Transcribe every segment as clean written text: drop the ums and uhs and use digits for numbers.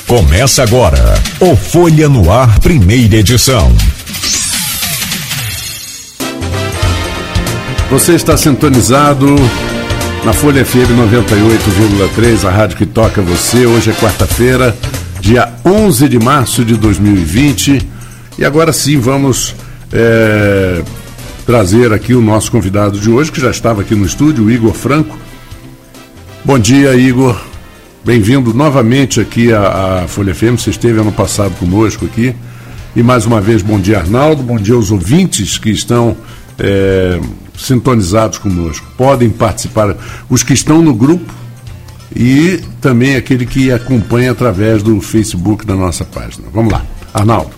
Começa agora o Folha no Ar, primeira edição. Você está sintonizado na Folha FM 98,3, a rádio que toca você. Hoje é quarta-feira, dia 11 de março de 2020. E agora sim vamos trazer aqui o nosso convidado de hoje, que já estava aqui no estúdio, o Igor Franco. Bom dia, Igor. Bem-vindo novamente aqui à Folha FM. Você esteve ano passado conosco aqui. E mais uma vez, bom dia, Arnaldo. Bom dia aos ouvintes que estão sintonizados conosco. Podem participar, os que estão no grupo e também aquele que acompanha através do Facebook da nossa página. Vamos lá, Arnaldo.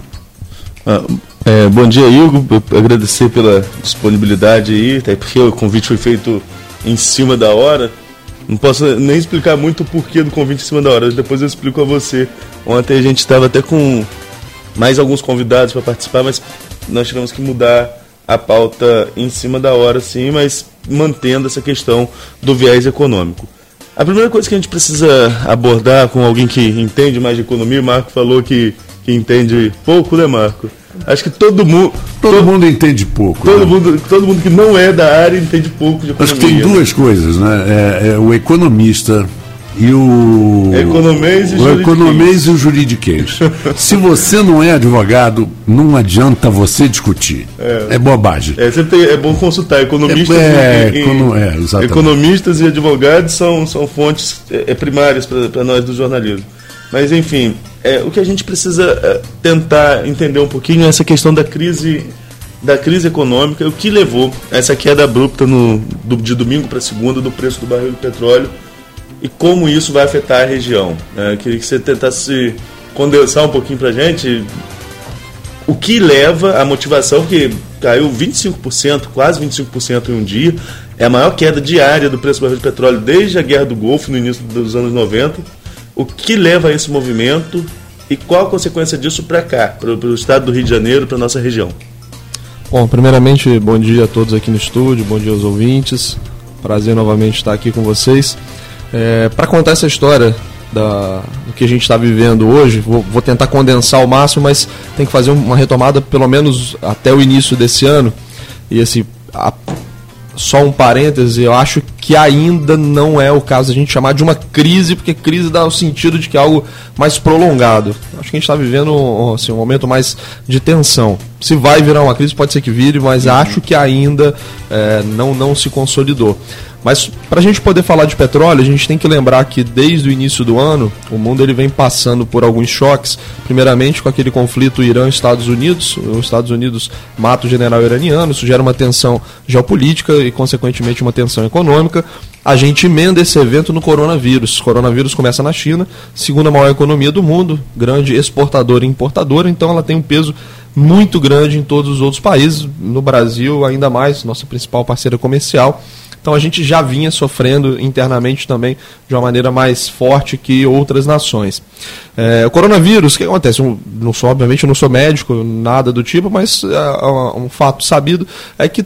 Bom dia, Igor. Agradecer pela disponibilidade aí, até porque o convite foi feito em cima da hora. Não posso nem explicar muito o porquê do convite em cima da hora, depois eu explico a você. Ontem a gente estava até com mais alguns convidados para participar, mas nós tivemos que mudar a pauta em cima da hora, sim, mas mantendo essa questão do viés econômico. A primeira coisa que a gente precisa abordar com alguém que entende mais de economia, o Marco falou que entende pouco, né, Marco? Acho que todo mundo entende pouco. Todo mundo que não é da área entende pouco de economia. Acho que tem duas coisas, né? O economista e o economês e o juridiquês. Se você não é advogado, não adianta você discutir. É bobagem. Sempre é bom consultar economistas. Exatamente. Economistas e advogados são fontes primárias para nós do jornalismo. Mas, enfim, o que a gente precisa tentar entender um pouquinho é essa questão da crise econômica, o que levou a essa queda abrupta de domingo para segunda do preço do barril de petróleo e como isso vai afetar a região. Queria que você tentasse condensar um pouquinho para a gente o que leva a motivação, porque caiu 25%, quase 25% em um dia, é a maior queda diária do preço do barril de petróleo desde a Guerra do Golfo, no início dos anos 90. O que leva a esse movimento e qual a consequência disso para cá, para o estado do Rio de Janeiro, para a nossa região? Bom, primeiramente, bom dia a todos aqui no estúdio, bom dia aos ouvintes. Prazer novamente estar aqui com vocês. Para contar essa história do que a gente está vivendo hoje, vou tentar condensar ao máximo, mas tem que fazer uma retomada pelo menos até o início desse ano. E assim, só um parêntese, eu acho que ainda não é o caso de a gente chamar de uma crise, porque crise dá o sentido de que é algo mais prolongado. Acho que a gente está vivendo assim, um momento mais de tensão. Se vai virar uma crise, pode ser que vire, mas acho que ainda não se consolidou. Mas para a gente poder falar de petróleo, a gente tem que lembrar que desde o início do ano, o mundo ele vem passando por alguns choques, primeiramente com aquele conflito Irã-Estados Unidos. Os Estados Unidos mata o general iraniano, isso gera uma tensão geopolítica e, consequentemente, uma tensão econômica. A gente emenda esse evento no coronavírus. O coronavírus começa na China, segunda maior economia do mundo, grande exportadora e importadora, então ela tem um peso muito grande em todos os outros países, no Brasil ainda mais, nossa principal parceira comercial. Então a gente já vinha sofrendo internamente também de uma maneira mais forte que outras nações. O coronavírus, o que acontece? Obviamente eu não sou médico, nada do tipo, mas um fato sabido é que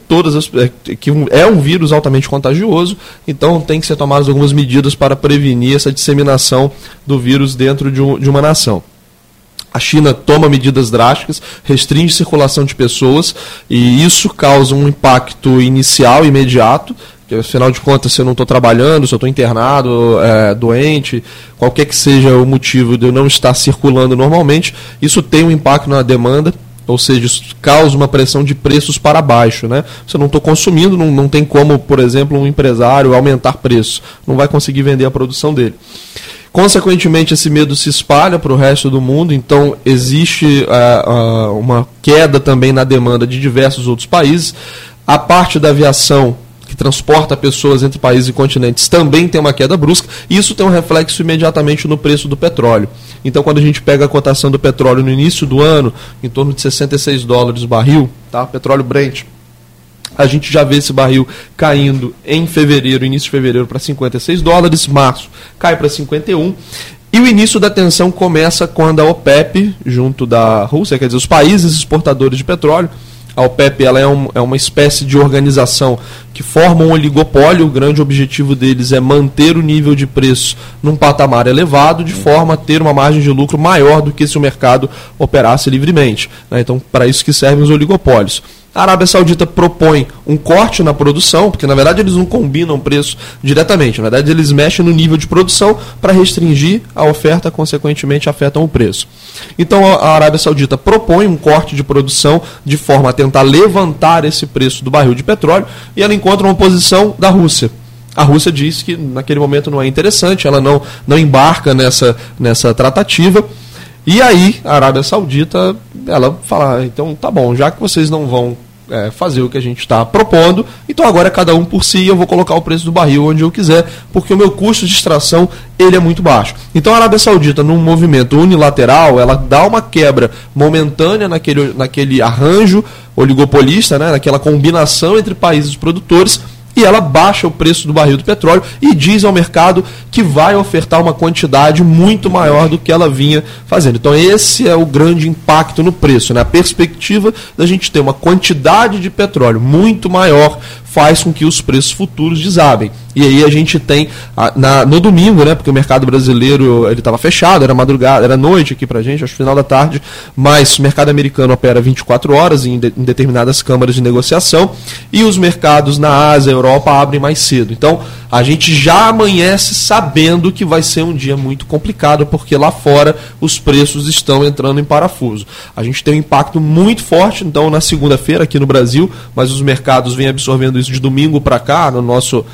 é um vírus altamente contagioso, então tem que ser tomadas algumas medidas para prevenir essa disseminação do vírus dentro de uma nação. A China toma medidas drásticas, restringe a circulação de pessoas e isso causa um impacto inicial, imediato, que afinal de contas, se eu não estou trabalhando, se eu estou internado, doente, qualquer que seja o motivo de eu não estar circulando normalmente, isso tem um impacto na demanda, ou seja, isso causa uma pressão de preços para baixo, né? Se eu não estou consumindo, não tem como, por exemplo, um empresário aumentar preço, não vai conseguir vender a produção dele. Consequentemente, esse medo se espalha para o resto do mundo, então existe uma queda também na demanda de diversos outros países. A parte da aviação, que transporta pessoas entre países e continentes, também tem uma queda brusca, e isso tem um reflexo imediatamente no preço do petróleo. Então, quando a gente pega a cotação do petróleo no início do ano, em torno de $66 o barril, tá? Petróleo Brent, a gente já vê esse barril caindo em fevereiro, início de fevereiro, para $56, março cai para 51, e o início da tensão começa quando a OPEP, junto da Rússia, quer dizer, os países exportadores de petróleo, A OPEP ela é uma espécie de organização que forma um oligopólio. O grande objetivo deles é manter o nível de preço num patamar elevado, de forma a ter uma margem de lucro maior do que se o mercado operasse livremente, né? Então, para isso que servem os oligopólios. A Arábia Saudita propõe um corte na produção, porque na verdade eles não combinam preço diretamente, na verdade eles mexem no nível de produção para restringir a oferta, consequentemente afetam o preço. Então a Arábia Saudita propõe um corte de produção de forma a tentar levantar esse preço do barril de petróleo, e ela encontra uma oposição da Rússia. A Rússia diz que naquele momento não é interessante, ela não embarca nessa tratativa. E aí a Arábia Saudita, ela fala, então tá bom, já que vocês não vão fazer o que a gente está propondo, então agora é cada um por si, eu vou colocar o preço do barril onde eu quiser, porque o meu custo de extração ele é muito baixo. Então a Arábia Saudita, num movimento unilateral, ela dá uma quebra momentânea naquele arranjo oligopolista, né, naquela combinação entre países produtores, e ela baixa o preço do barril do petróleo e diz ao mercado que vai ofertar uma quantidade muito maior do que ela vinha fazendo. Então esse é o grande impacto no preço, né? A perspectiva da gente ter uma quantidade de petróleo muito maior faz com que os preços futuros desabem. E aí a gente tem, no domingo, né, porque o mercado brasileiro ele estava fechado, era madrugada, era noite aqui pra gente, acho final da tarde, mas o mercado americano opera 24 horas em determinadas câmaras de negociação, e os mercados na Ásia e Europa abrem mais cedo. Então a gente já amanhece sabendo que vai ser um dia muito complicado, porque lá fora os preços estão entrando em parafuso. A gente tem um impacto muito forte, então, na segunda-feira aqui no Brasil, mas os mercados vêm absorvendo isso de domingo para cá, no nosso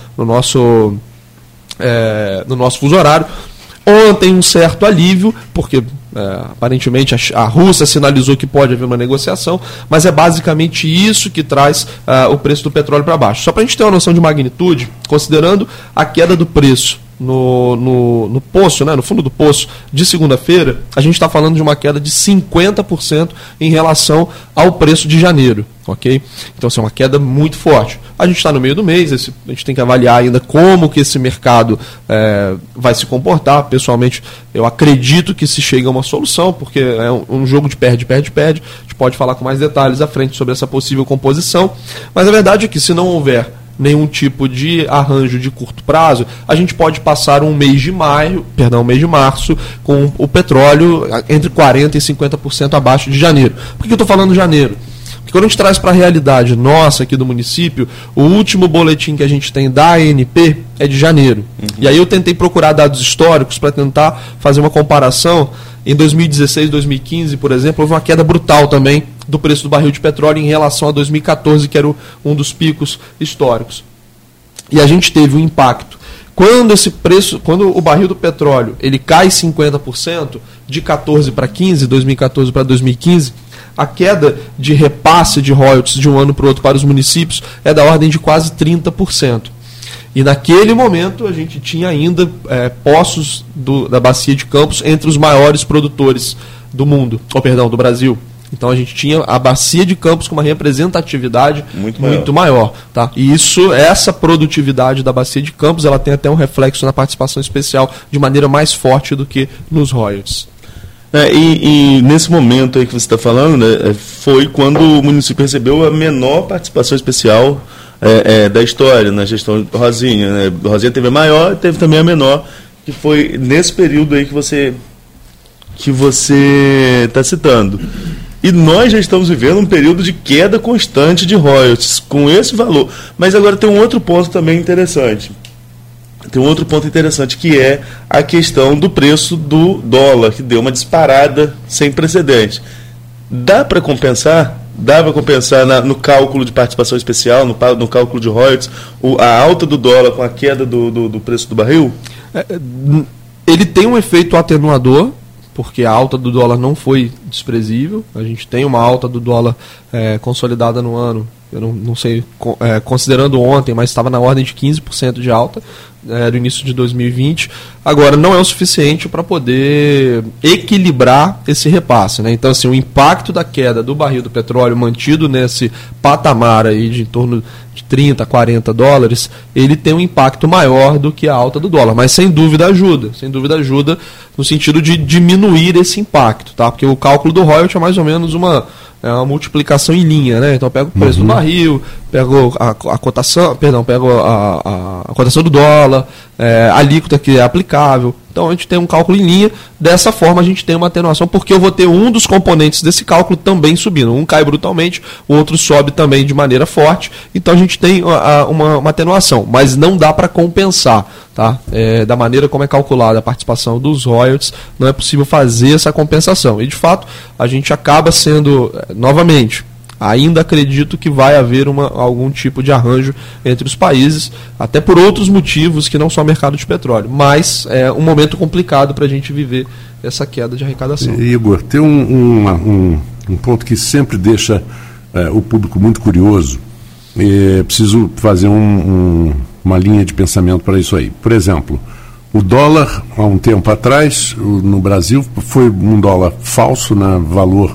fuso horário. Ontem um certo alívio, porque aparentemente a Rússia sinalizou que pode haver uma negociação, mas é basicamente isso que traz o preço do petróleo para baixo. Só para a gente ter uma noção de magnitude, considerando a queda do preço no poço, né, no fundo do poço de segunda-feira, a gente está falando de uma queda de 50% em relação ao preço de janeiro, ok? Então, assim, é uma queda muito forte. A gente está no meio do mês, a gente tem que avaliar ainda como que esse mercado vai se comportar. Pessoalmente, eu acredito que se chega a uma solução, porque é um jogo de perde. A gente pode falar com mais detalhes à frente sobre essa possível composição, mas a verdade é que se não houver nenhum tipo de arranjo de curto prazo, a gente pode passar um mês de março com o petróleo entre 40% e 50% abaixo de janeiro. Por que eu estou falando janeiro? Porque quando a gente traz para a realidade nossa aqui do município, o último boletim que a gente tem da ANP é de janeiro. E aí eu tentei procurar dados históricos para tentar fazer uma comparação. Em 2016, 2015, por exemplo, houve uma queda brutal também do preço do barril de petróleo em relação a 2014, que era um dos picos históricos. E a gente teve um impacto. Quando o barril do petróleo ele cai 50%, de 14 para 15, 2014 para 2015, a queda de repasse de royalties de um ano para o outro para os municípios é da ordem de quase 30%. E naquele momento a gente tinha ainda poços da Bacia de Campos entre os maiores produtores do mundo, do Brasil. Então a gente tinha a Bacia de Campos com uma representatividade muito maior, tá? E essa produtividade da Bacia de Campos, ela tem até um reflexo na participação especial de maneira mais forte do que nos royalties. E nesse momento aí que você está falando, né, foi quando o município recebeu a menor participação especial da história, na gestão do Rosinha, né? O Rosinha teve a maior, teve também a menor, que foi nesse período aí que você está citando. E nós já estamos vivendo um período de queda constante de royalties, com esse valor. Mas agora tem um outro ponto também interessante. Que é a questão do preço do dólar, que deu uma disparada sem precedente. Dá para compensar? Dá para compensar no cálculo de participação especial, no cálculo de royalties, a alta do dólar com a queda do preço do barril? Ele tem um efeito atenuador, porque a alta do dólar não foi desprezível. A gente tem uma alta do dólar consolidada no ano, eu não sei, considerando ontem, mas estava na ordem de 15% de alta. do início de 2020. Agora, não é o suficiente para poder equilibrar esse repasse, né? Então, assim, o impacto da queda do barril do petróleo mantido nesse patamar aí de em torno de 30, 40 dólares, ele tem um impacto maior do que a alta do dólar, mas sem dúvida ajuda no sentido de diminuir esse impacto, tá? Porque o cálculo do royalty é mais ou menos uma multiplicação em linha, né? Então eu pego o preço do barril, pego a cotação, pego a cotação do dólar, a alíquota que é aplicável. Então a gente tem um cálculo em linha, dessa forma a gente tem uma atenuação, porque eu vou ter um dos componentes desse cálculo também subindo. Um cai brutalmente, o outro sobe também de maneira forte, então a gente tem uma atenuação, mas não dá para compensar, tá? Da maneira como é calculada a participação dos royalties, não é possível fazer essa compensação. E de fato, a gente acaba sendo, novamente, ainda acredito que vai haver algum tipo de arranjo entre os países, até por outros motivos que não só o mercado de petróleo, mas é um momento complicado para a gente viver essa queda de arrecadação. Igor, tem um ponto que sempre deixa o público muito curioso. Preciso fazer uma linha de pensamento para isso aí. Por exemplo, o dólar, há um tempo atrás, no Brasil, foi um dólar falso, né, valor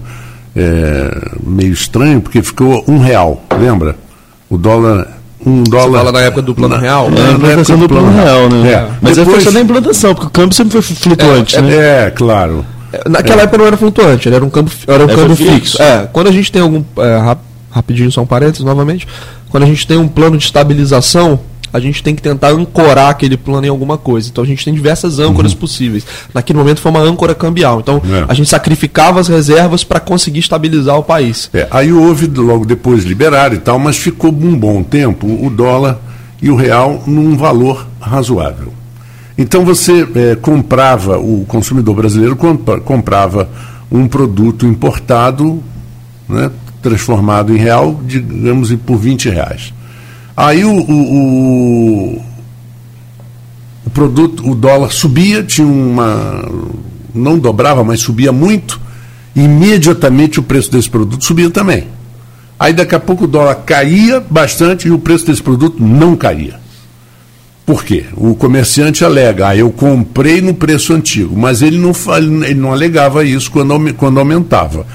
meio estranho, porque ficou R$1, lembra? O dólar... Você fala na época do plano real? Na implantação do plano real, né? Mas depois... foi só na implantação, porque o câmbio sempre foi flutuante, né? Claro. Naquela época não era flutuante, ele era um câmbio fixo. Quando a gente tem algum... rapidinho, só um parênteses, novamente. Quando a gente tem um plano de estabilização, a gente tem que tentar ancorar aquele plano em alguma coisa. Então a gente tem diversas âncoras possíveis. Naquele momento foi uma âncora cambial. Então a gente sacrificava as reservas para conseguir estabilizar o país. Aí houve, logo depois liberar e tal, mas ficou um bom tempo o dólar e o real num valor razoável. Então você comprava, o consumidor brasileiro comprava um produto importado, né, transformado em real, digamos, por R$20. Aí o produto, o dólar subia, não dobrava, mas subia muito, e imediatamente o preço desse produto subia também. Aí daqui a pouco o dólar caía bastante e o preço desse produto não caía. Por quê? O comerciante alega, eu comprei no preço antigo, mas ele não alegava isso quando aumentava.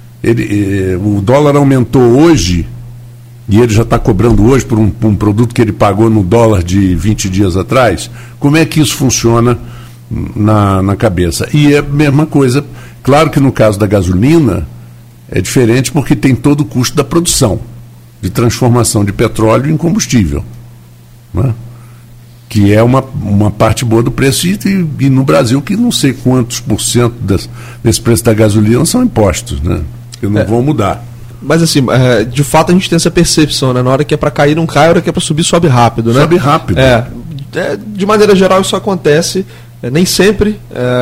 O dólar aumentou hoje, e ele já está cobrando hoje por um produto que ele pagou no dólar de 20 dias atrás. Como é que isso funciona na cabeça? E é a mesma coisa, claro que no caso da gasolina é diferente porque tem todo o custo da produção, de transformação de petróleo em combustível, né? Que é uma parte boa do preço, e no Brasil que não sei quantos % desse preço da gasolina são impostos, né? Que não vão mudar. Mas assim, de fato a gente tem essa percepção, né? Na hora que é para cair não cai, na hora que é para subir sobe rápido, né? Sobe rápido. De maneira geral isso acontece, nem sempre.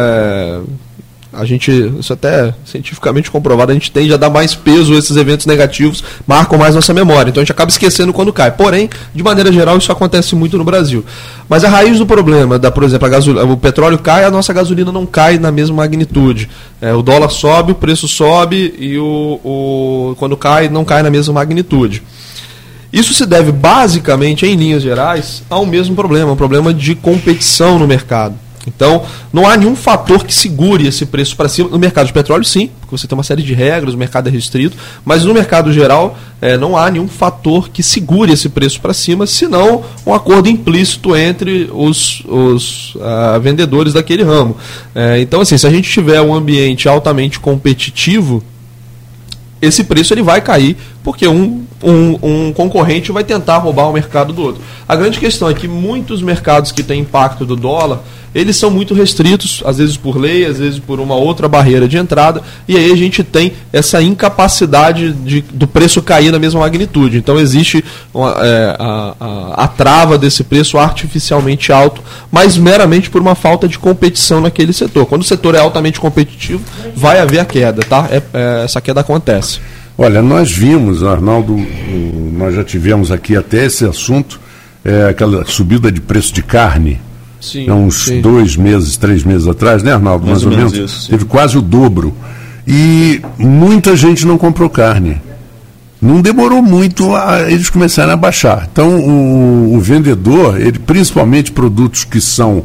Isso até é cientificamente comprovado, a gente tende a dar mais peso a esses eventos negativos, marcam mais nossa memória, então a gente acaba esquecendo quando cai. Porém, de maneira geral, isso acontece muito no Brasil. Mas a raiz do problema, por exemplo, o petróleo cai, a nossa gasolina não cai na mesma magnitude. O dólar sobe, o preço sobe, e quando cai, não cai na mesma magnitude. Isso se deve basicamente, em linhas gerais, ao mesmo problema, um problema de competição no mercado. Então, não há nenhum fator que segure esse preço para cima. No mercado de petróleo, sim, porque você tem uma série de regras, o mercado é restrito, mas no mercado geral, não há nenhum fator que segure esse preço para cima, senão um acordo implícito entre os vendedores daquele ramo. Então, assim, se a gente tiver um ambiente altamente competitivo, esse preço ele vai cair, porque um concorrente vai tentar roubar o mercado do outro. A grande questão é que muitos mercados que têm impacto do dólar, eles são muito restritos, às vezes por lei, às vezes por uma outra barreira de entrada, e aí a gente tem essa incapacidade do preço cair na mesma magnitude. Então existe a trava desse preço artificialmente alto, mas meramente por uma falta de competição naquele setor. Quando o setor é altamente competitivo, vai haver a queda, tá? Essa queda acontece. Olha, nós vimos, Arnaldo, nós já tivemos aqui até esse assunto, aquela subida de preço de carne. Sim, uns 2 meses, 3 meses atrás, né, Arnaldo? Mais ou menos. Isso, teve quase o dobro. E muita gente não comprou carne. não demorou muito eles começarem a baixar. Então, o vendedor, ele, principalmente produtos que são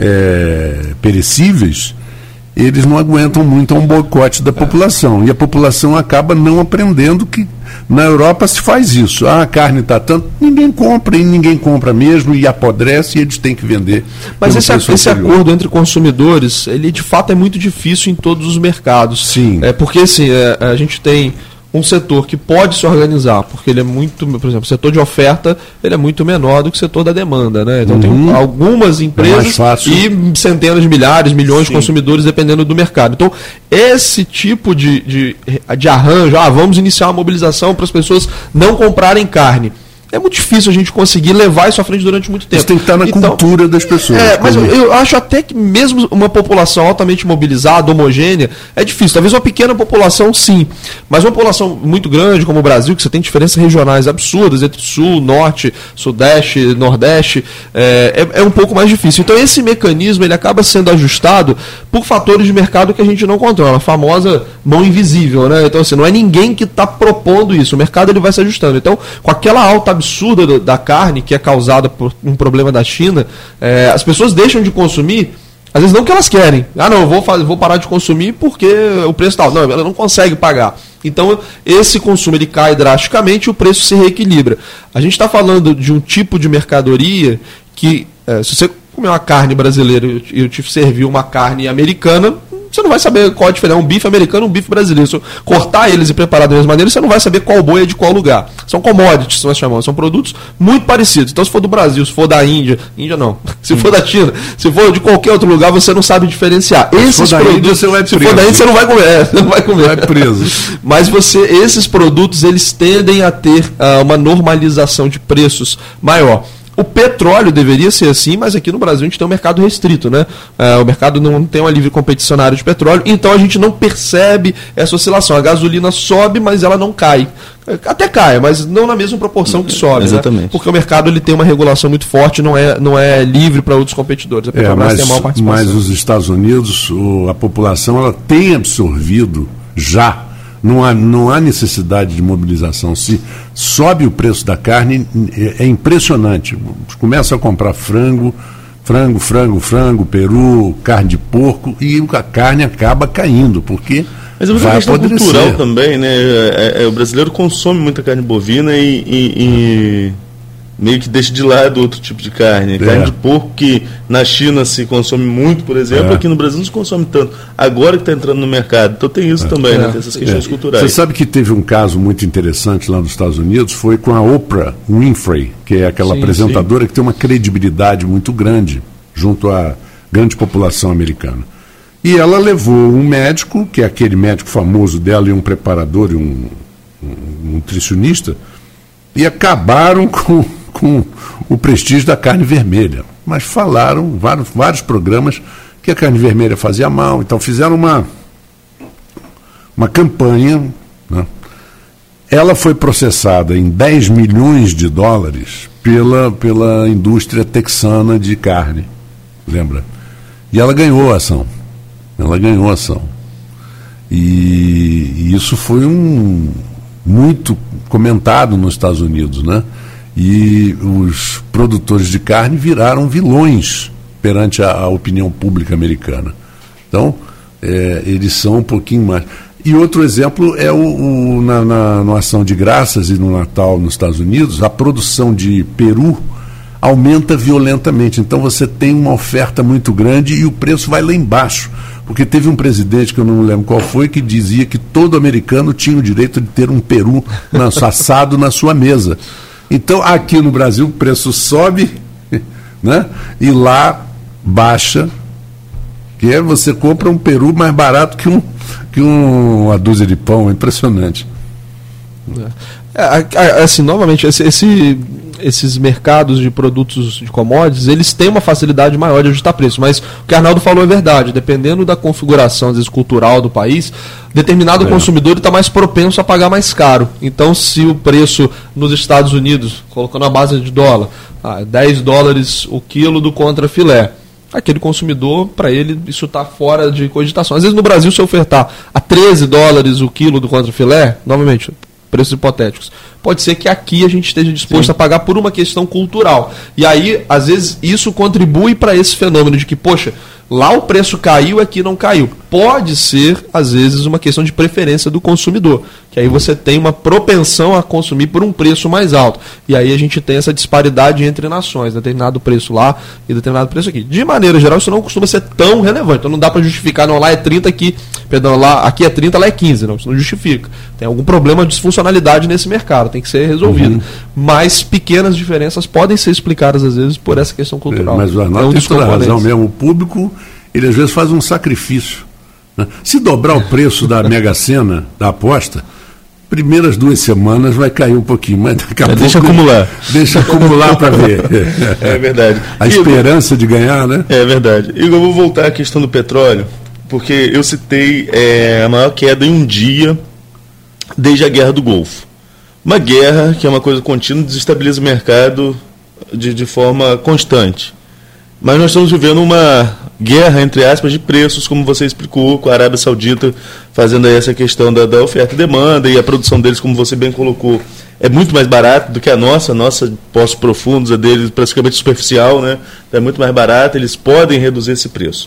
perecíveis, eles não aguentam muito um boicote da população. E a população acaba não aprendendo que na Europa se faz isso. A carne está tanto, ninguém compra, e ninguém compra mesmo, e apodrece, e eles têm que vender. Mas esse acordo entre consumidores, ele de fato é muito difícil em todos os mercados. Sim. Porque assim, a gente tem um setor que pode se organizar, porque ele é muito, por exemplo, o setor de oferta, ele é muito menor do que o setor da demanda, né? Então tem algumas empresas e centenas de milhares, milhões de consumidores, dependendo do mercado. Então, esse tipo de arranjo, vamos iniciar uma mobilização para as pessoas não comprarem carne. É muito difícil a gente conseguir levar isso à frente durante muito tempo. Isso tem que estar na cultura das pessoas. Mas eu acho até que mesmo uma população altamente mobilizada, homogênea, é difícil. Talvez uma pequena população, sim. Mas uma população muito grande, como o Brasil, que você tem diferenças regionais absurdas entre Sul, Norte, Sudeste, Nordeste, é um pouco mais difícil. Então esse mecanismo ele acaba sendo ajustado por fatores de mercado que a gente não controla. A famosa mão invisível, né? Então assim, não é ninguém que está propondo isso. O mercado ele vai se ajustando. Então, com aquela alta absurda da carne que é causada por um problema da China, as pessoas deixam de consumir, às vezes não que elas querem. Não, eu vou parar de consumir porque o preço tal. Não, ela não consegue pagar. Então, esse consumo ele cai drasticamente e o preço se reequilibra. A gente está falando de um tipo de mercadoria que, se você comer uma carne brasileira e eu te servir uma carne americana, você não vai saber qual a diferença. Um bife americano e um bife brasileiro. Se eu cortar eles e preparar da mesma maneira, você não vai saber qual boi é de qual lugar. São commodities, nós chamamos. São produtos muito parecidos. Então, se for do Brasil, se for da Índia não. Se for da China, se for de qualquer outro lugar, você não sabe diferenciar. Esses produtos, se for da Índia, você não vai comer. Você não vai comer. Vai preso. Mas esses produtos, eles tendem a ter uma normalização de preços maior. O petróleo deveria ser assim, mas aqui no Brasil a gente tem um mercado restrito, né? O mercado não tem uma livre competição na área de petróleo, então a gente não percebe essa oscilação. A gasolina sobe, mas ela não cai. Até cai, mas não na mesma proporção que sobe. Exatamente. Né? Porque o mercado ele tem uma regulação muito forte, não é livre para outros competidores. A Petrobras tem a maior participação. Mas os Estados Unidos, a população, ela tem absorvido já. Não há necessidade de mobilização. Se sobe o preço da carne, é impressionante. Começa a comprar frango, peru, carne de porco, e a carne acaba caindo, porque mas eu vejo a questão cultural também, né? O brasileiro consome muita carne bovina e meio que deixa de lado outro tipo de carne. Carne de porco, que na China se consome muito, por exemplo, aqui no Brasil não se consome tanto. Agora que está entrando no mercado. Então tem isso também, né? Tem essas questões culturais. Você sabe que teve um caso muito interessante lá nos Estados Unidos, foi com a Oprah Winfrey, que é aquela apresentadora que tem uma credibilidade muito grande junto à grande população americana. E ela levou um médico, que é aquele médico famoso dela, e um preparador e um nutricionista, e acabaram com o prestígio da carne vermelha. Mas falaram, vários programas, que a carne vermelha fazia mal. Então fizeram uma campanha. Né? Ela foi processada em $10 milhões pela indústria texana de carne. Lembra? E ela ganhou a ação. E isso foi muito comentado nos Estados Unidos, né? E os produtores de carne viraram vilões perante a opinião pública americana. Então, eles são um pouquinho mais. E outro exemplo é na Ação de Graças e no Natal nos Estados Unidos, a produção de peru aumenta violentamente. Então você tem uma oferta muito grande e o preço vai lá embaixo. Porque teve um presidente, que eu não lembro qual foi, que dizia que todo americano tinha o direito de ter um peru assado na sua mesa. Então, aqui no Brasil, o preço sobe, né? E lá baixa, que você compra um peru mais barato que uma dúzia de pão. É impressionante. Assim, novamente, esses mercados de produtos de commodities, eles têm uma facilidade maior de ajustar preço, mas o que o Arnaldo falou é verdade. Dependendo da configuração, às vezes, cultural do país, determinado consumidor está mais propenso a pagar mais caro. Então, se o preço nos Estados Unidos, colocando a base de dólar, $10 o quilo do contrafilé, aquele consumidor, para ele, isso está fora de cogitação. Às vezes, no Brasil, se eu ofertar a $13 o quilo do contrafilé, novamente, preços hipotéticos. Pode ser que aqui a gente esteja disposto a pagar por uma questão cultural. E aí, às vezes, isso contribui para esse fenômeno de que, poxa, lá o preço caiu, aqui não caiu. Pode ser, às vezes, uma questão de preferência do consumidor, que aí você tem uma propensão a consumir por um preço mais alto. E aí a gente tem essa disparidade entre nações, determinado preço lá e determinado preço aqui. De maneira geral, isso não costuma ser tão relevante. Então não dá para justificar, não, lá é 30, aqui é 30, lá é 15. Não, isso não justifica. Tem algum problema de disfuncionalidade nesse mercado, tem que ser resolvido. Mas pequenas diferenças podem ser explicadas, às vezes, por essa questão cultural. Mas o Arnaldo tem toda a razão mesmo. O público, ele às vezes faz um sacrifício. Se dobrar o preço da Mega Sena, da aposta, primeiras 2 semanas vai cair um pouquinho, mas daqui a pouco deixa acumular para ver. É verdade. A esperança de ganhar, né? É verdade. Igor, eu vou voltar à questão do petróleo, porque eu citei a maior queda em um dia desde a Guerra do Golfo. Uma guerra que é uma coisa contínua, desestabiliza o mercado de forma constante. Mas nós estamos vivendo uma guerra, entre aspas, de preços, como você explicou, com a Arábia Saudita fazendo aí essa questão da oferta e demanda, e a produção deles, como você bem colocou, é muito mais barata do que a nossa Poços Profundos, a deles praticamente superficial, né? É muito mais barata, eles podem reduzir esse preço.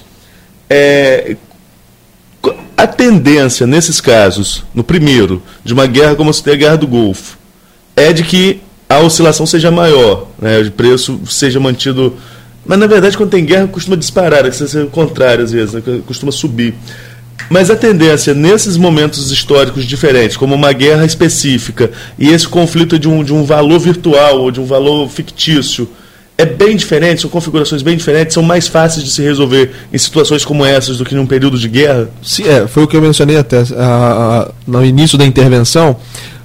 A tendência, nesses casos, no primeiro, de uma guerra como a Guerra do Golfo, é de que a oscilação seja maior, né? O preço seja mantido. Mas, na verdade, quando tem guerra, costuma disparar, que é o contrário, às vezes, né? Costuma subir. Mas a tendência, nesses momentos históricos diferentes, como uma guerra específica, e esse conflito de um valor virtual ou de um valor fictício, é bem diferente, são configurações bem diferentes, são mais fáceis de se resolver em situações como essas do que num período de guerra? Sim, foi o que eu mencionei até no início da intervenção.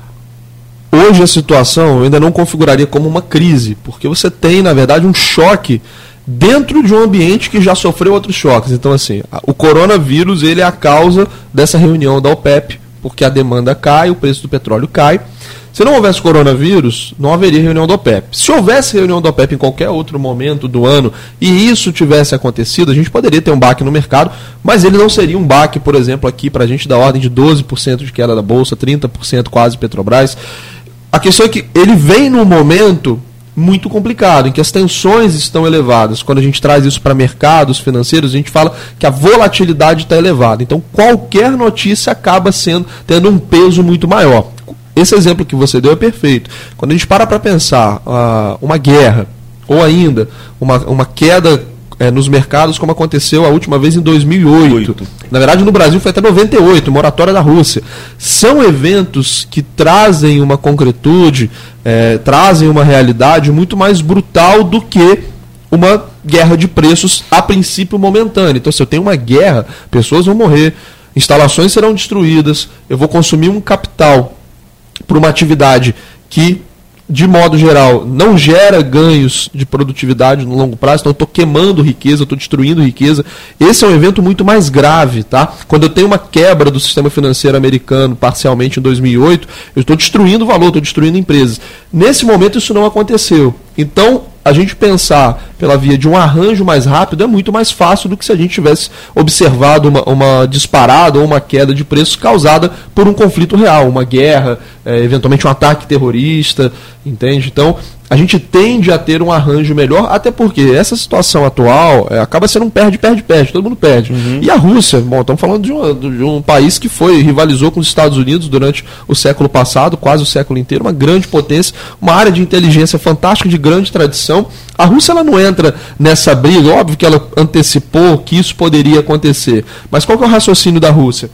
Hoje a situação eu ainda não configuraria como uma crise, porque você tem, na verdade, um choque dentro de um ambiente que já sofreu outros choques. Então, assim, o coronavírus ele é a causa dessa reunião da OPEP, porque a demanda cai, o preço do petróleo cai. Se não houvesse coronavírus, não haveria reunião da OPEP. Se houvesse reunião da OPEP em qualquer outro momento do ano e isso tivesse acontecido, a gente poderia ter um baque no mercado, mas ele não seria um baque, por exemplo, aqui para a gente da ordem de 12% de queda da Bolsa, 30% quase Petrobras. A questão é que ele vem num momento muito complicado, em que as tensões estão elevadas. Quando a gente traz isso para mercados financeiros, a gente fala que a volatilidade está elevada. Então, qualquer notícia acaba tendo um peso muito maior. Esse exemplo que você deu é perfeito. Quando a gente para pensar uma guerra, ou ainda uma queda nos mercados, como aconteceu a última vez em 2008. Na verdade, no Brasil foi até 98, moratória da Rússia. São eventos que trazem uma concretude, trazem uma realidade muito mais brutal do que uma guerra de preços, a princípio, momentânea. Então, se eu tenho uma guerra, pessoas vão morrer, instalações serão destruídas, eu vou consumir um capital por uma atividade que, de modo geral, não gera ganhos de produtividade no longo prazo, então eu estou queimando riqueza, eu estou destruindo riqueza. Esse é um evento muito mais grave, tá? Quando eu tenho uma quebra do sistema financeiro americano parcialmente em 2008, eu estou destruindo valor, estou destruindo empresas. Nesse momento isso não aconteceu. Então, a gente pensar pela via de um arranjo mais rápido é muito mais fácil do que se a gente tivesse observado uma disparada ou uma queda de preços causada por um conflito real, uma guerra, eventualmente um ataque terrorista, entende? Então, a gente tende a ter um arranjo melhor, até porque essa situação atual acaba sendo um perde-perde-perde, todo mundo perde. E a Rússia, bom, estamos falando de um país que rivalizou com os Estados Unidos durante o século passado, quase o século inteiro, uma grande potência, uma área de inteligência fantástica, de grande tradição. A Rússia ela não entra nessa briga, óbvio que ela antecipou que isso poderia acontecer, mas qual que é o raciocínio da Rússia?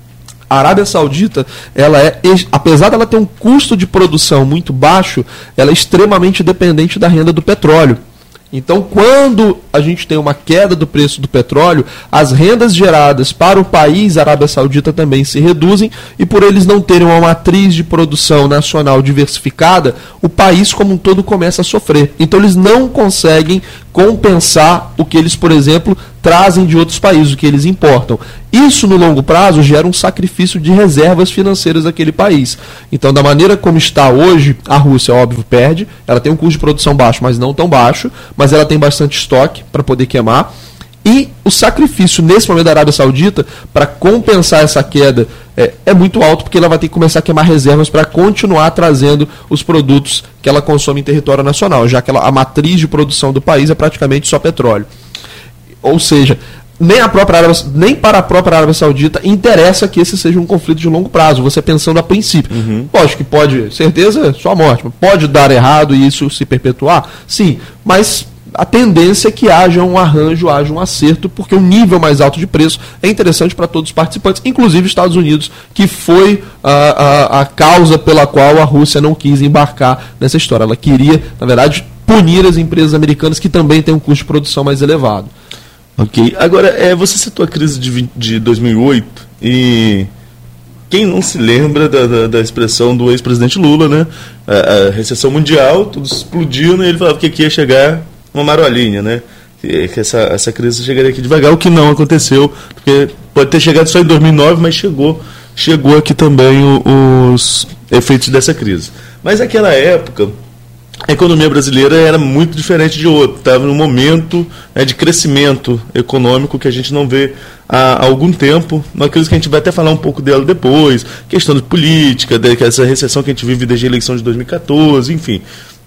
A Arábia Saudita, apesar dela ter um custo de produção muito baixo, ela é extremamente dependente da renda do petróleo. Então, quando a gente tem uma queda do preço do petróleo, as rendas geradas para o país, a Arábia Saudita, também se reduzem, e por eles não terem uma matriz de produção nacional diversificada, o país como um todo começa a sofrer. Então, eles não conseguem compensar o que eles, por exemplo, trazem de outros países, o que eles importam. Isso, no longo prazo, gera um sacrifício de reservas financeiras daquele país. Então, da maneira como está hoje, a Rússia, óbvio, perde. Ela tem um custo de produção baixo, mas não tão baixo, mas ela tem bastante estoque para poder queimar. E o sacrifício nesse momento da Arábia Saudita para compensar essa queda é muito alto, porque ela vai ter que começar a queimar reservas para continuar trazendo os produtos que ela consome em território nacional, já que a matriz de produção do país é praticamente só petróleo. Ou seja, nem para a própria Arábia Saudita interessa que esse seja um conflito de longo prazo, você pensando a princípio. Lógico que pode, certeza, sua morte, pode dar errado e isso se perpetuar? Sim, mas a tendência é que haja um arranjo, haja um acerto, porque o nível mais alto de preço é interessante para todos os participantes, inclusive Estados Unidos, que foi a causa pela qual a Rússia não quis embarcar nessa história. Ela queria, na verdade, punir as empresas americanas que também têm um custo de produção mais elevado. Ok. Agora, você citou a crise de 2008 e quem não se lembra da expressão do ex-presidente Lula, né? A recessão mundial, tudo explodindo, e ele falava que aqui ia chegar uma marolinha, né? Que essa crise chegaria aqui devagar, o que não aconteceu, porque pode ter chegado só em 2009, mas chegou aqui também os efeitos dessa crise. Mas naquela época, a economia brasileira era muito diferente de outra, estava num momento de crescimento econômico que a gente não vê há algum tempo, uma crise que a gente vai até falar um pouco dela depois, questão de política, essa recessão que a gente vive desde a eleição de 2014, enfim,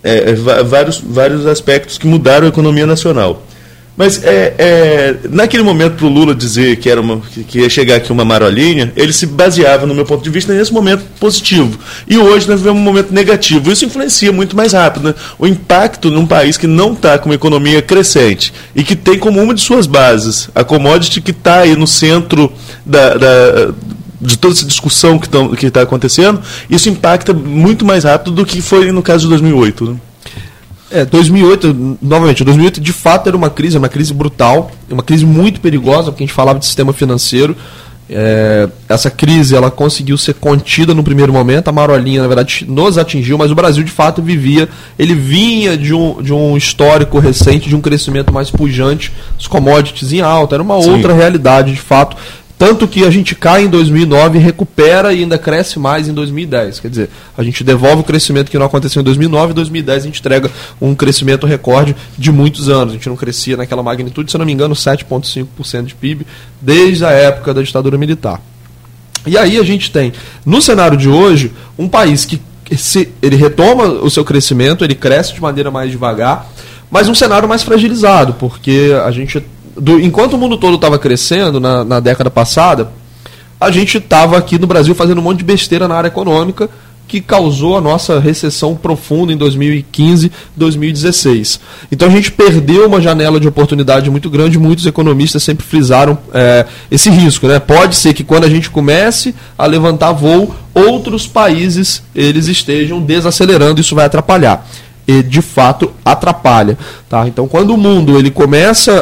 vários aspectos que mudaram a economia nacional. Mas naquele momento, para o Lula dizer que ia chegar aqui uma marolinha, ele se baseava, no meu ponto de vista, nesse momento positivo. E hoje nós vivemos um momento negativo. Isso influencia muito mais rápido, né? O impacto num país que não está com uma economia crescente e que tem como uma de suas bases a commodity que está aí no centro de toda essa discussão que está acontecendo, isso impacta muito mais rápido do que foi no caso de 2008, né? 2008, novamente, 2008 de fato era uma crise brutal, uma crise muito perigosa, porque a gente falava de sistema financeiro. Essa crise ela conseguiu ser contida no primeiro momento, a marolinha na verdade nos atingiu, mas o Brasil de fato ele vinha de um histórico recente, de um crescimento mais pujante, os commodities em alta, era uma outra realidade de fato. Tanto que a gente cai em 2009, recupera e ainda cresce mais em 2010. Quer dizer, a gente devolve o crescimento que não aconteceu em 2009, em 2010 a gente entrega um crescimento recorde de muitos anos. A gente não crescia naquela magnitude, se eu não me engano, 7,5% de PIB, desde a época da ditadura militar. E aí a gente tem, no cenário de hoje, um país que ele retoma o seu crescimento, ele cresce de maneira mais devagar, mas um cenário mais fragilizado, porque a gente... enquanto o mundo todo estava crescendo na década passada, a gente estava aqui no Brasil fazendo um monte de besteira na área econômica que causou a nossa recessão profunda em 2015, 2016. Então a gente perdeu uma janela de oportunidade muito grande, muitos economistas sempre frisaram esse risco, né? Pode ser que quando a gente comece a levantar voo, outros países eles estejam desacelerando, isso vai atrapalhar. E de fato atrapalha, tá? Então quando o mundo ele começa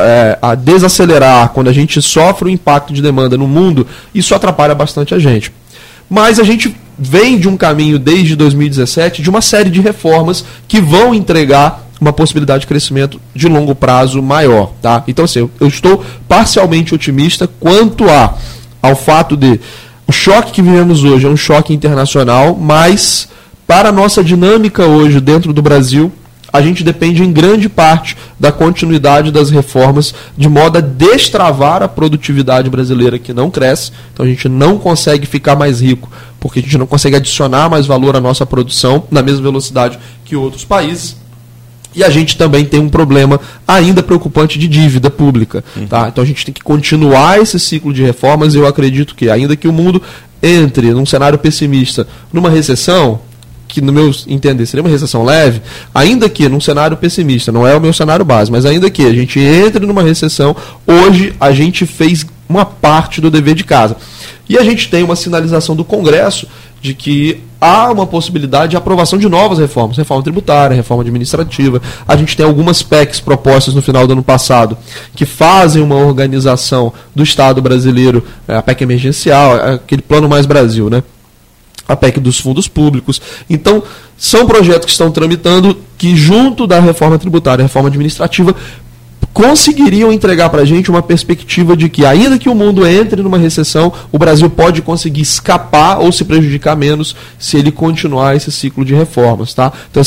a desacelerar, quando a gente sofre o impacto de demanda no mundo, isso atrapalha bastante a gente. Mas a gente vem de um caminho desde 2017 de uma série de reformas que vão entregar uma possibilidade de crescimento de longo prazo maior, tá? Então assim, eu estou parcialmente otimista quanto ao fato de o choque que vivemos hoje é um choque internacional, mas para a nossa dinâmica hoje dentro do Brasil, a gente depende em grande parte da continuidade das reformas, de modo a destravar a produtividade brasileira que não cresce. Então a gente não consegue ficar mais rico, porque a gente não consegue adicionar mais valor à nossa produção na mesma velocidade que outros países. E a gente também tem um problema ainda preocupante de dívida pública. Tá? Então a gente tem que continuar esse ciclo de reformas, e eu acredito que, ainda que o mundo entre num cenário pessimista, numa recessão, que no meu entender seria uma recessão leve, ainda que num cenário pessimista, não é o meu cenário base, mas ainda que a gente entre numa recessão, hoje a gente fez uma parte do dever de casa. E a gente tem uma sinalização do Congresso de que há uma possibilidade de aprovação de novas reformas, reforma tributária, reforma administrativa. A gente tem algumas PECs propostas no final do ano passado que fazem uma organização do Estado brasileiro, a PEC emergencial, aquele Plano Mais Brasil, né? A PEC dos fundos públicos. Então, são projetos que estão tramitando que, junto da reforma tributária e reforma administrativa, conseguiriam entregar para a gente uma perspectiva de que, ainda que o mundo entre numa recessão, o Brasil pode conseguir escapar ou se prejudicar menos se ele continuar esse ciclo de reformas. Tá? Então, assim,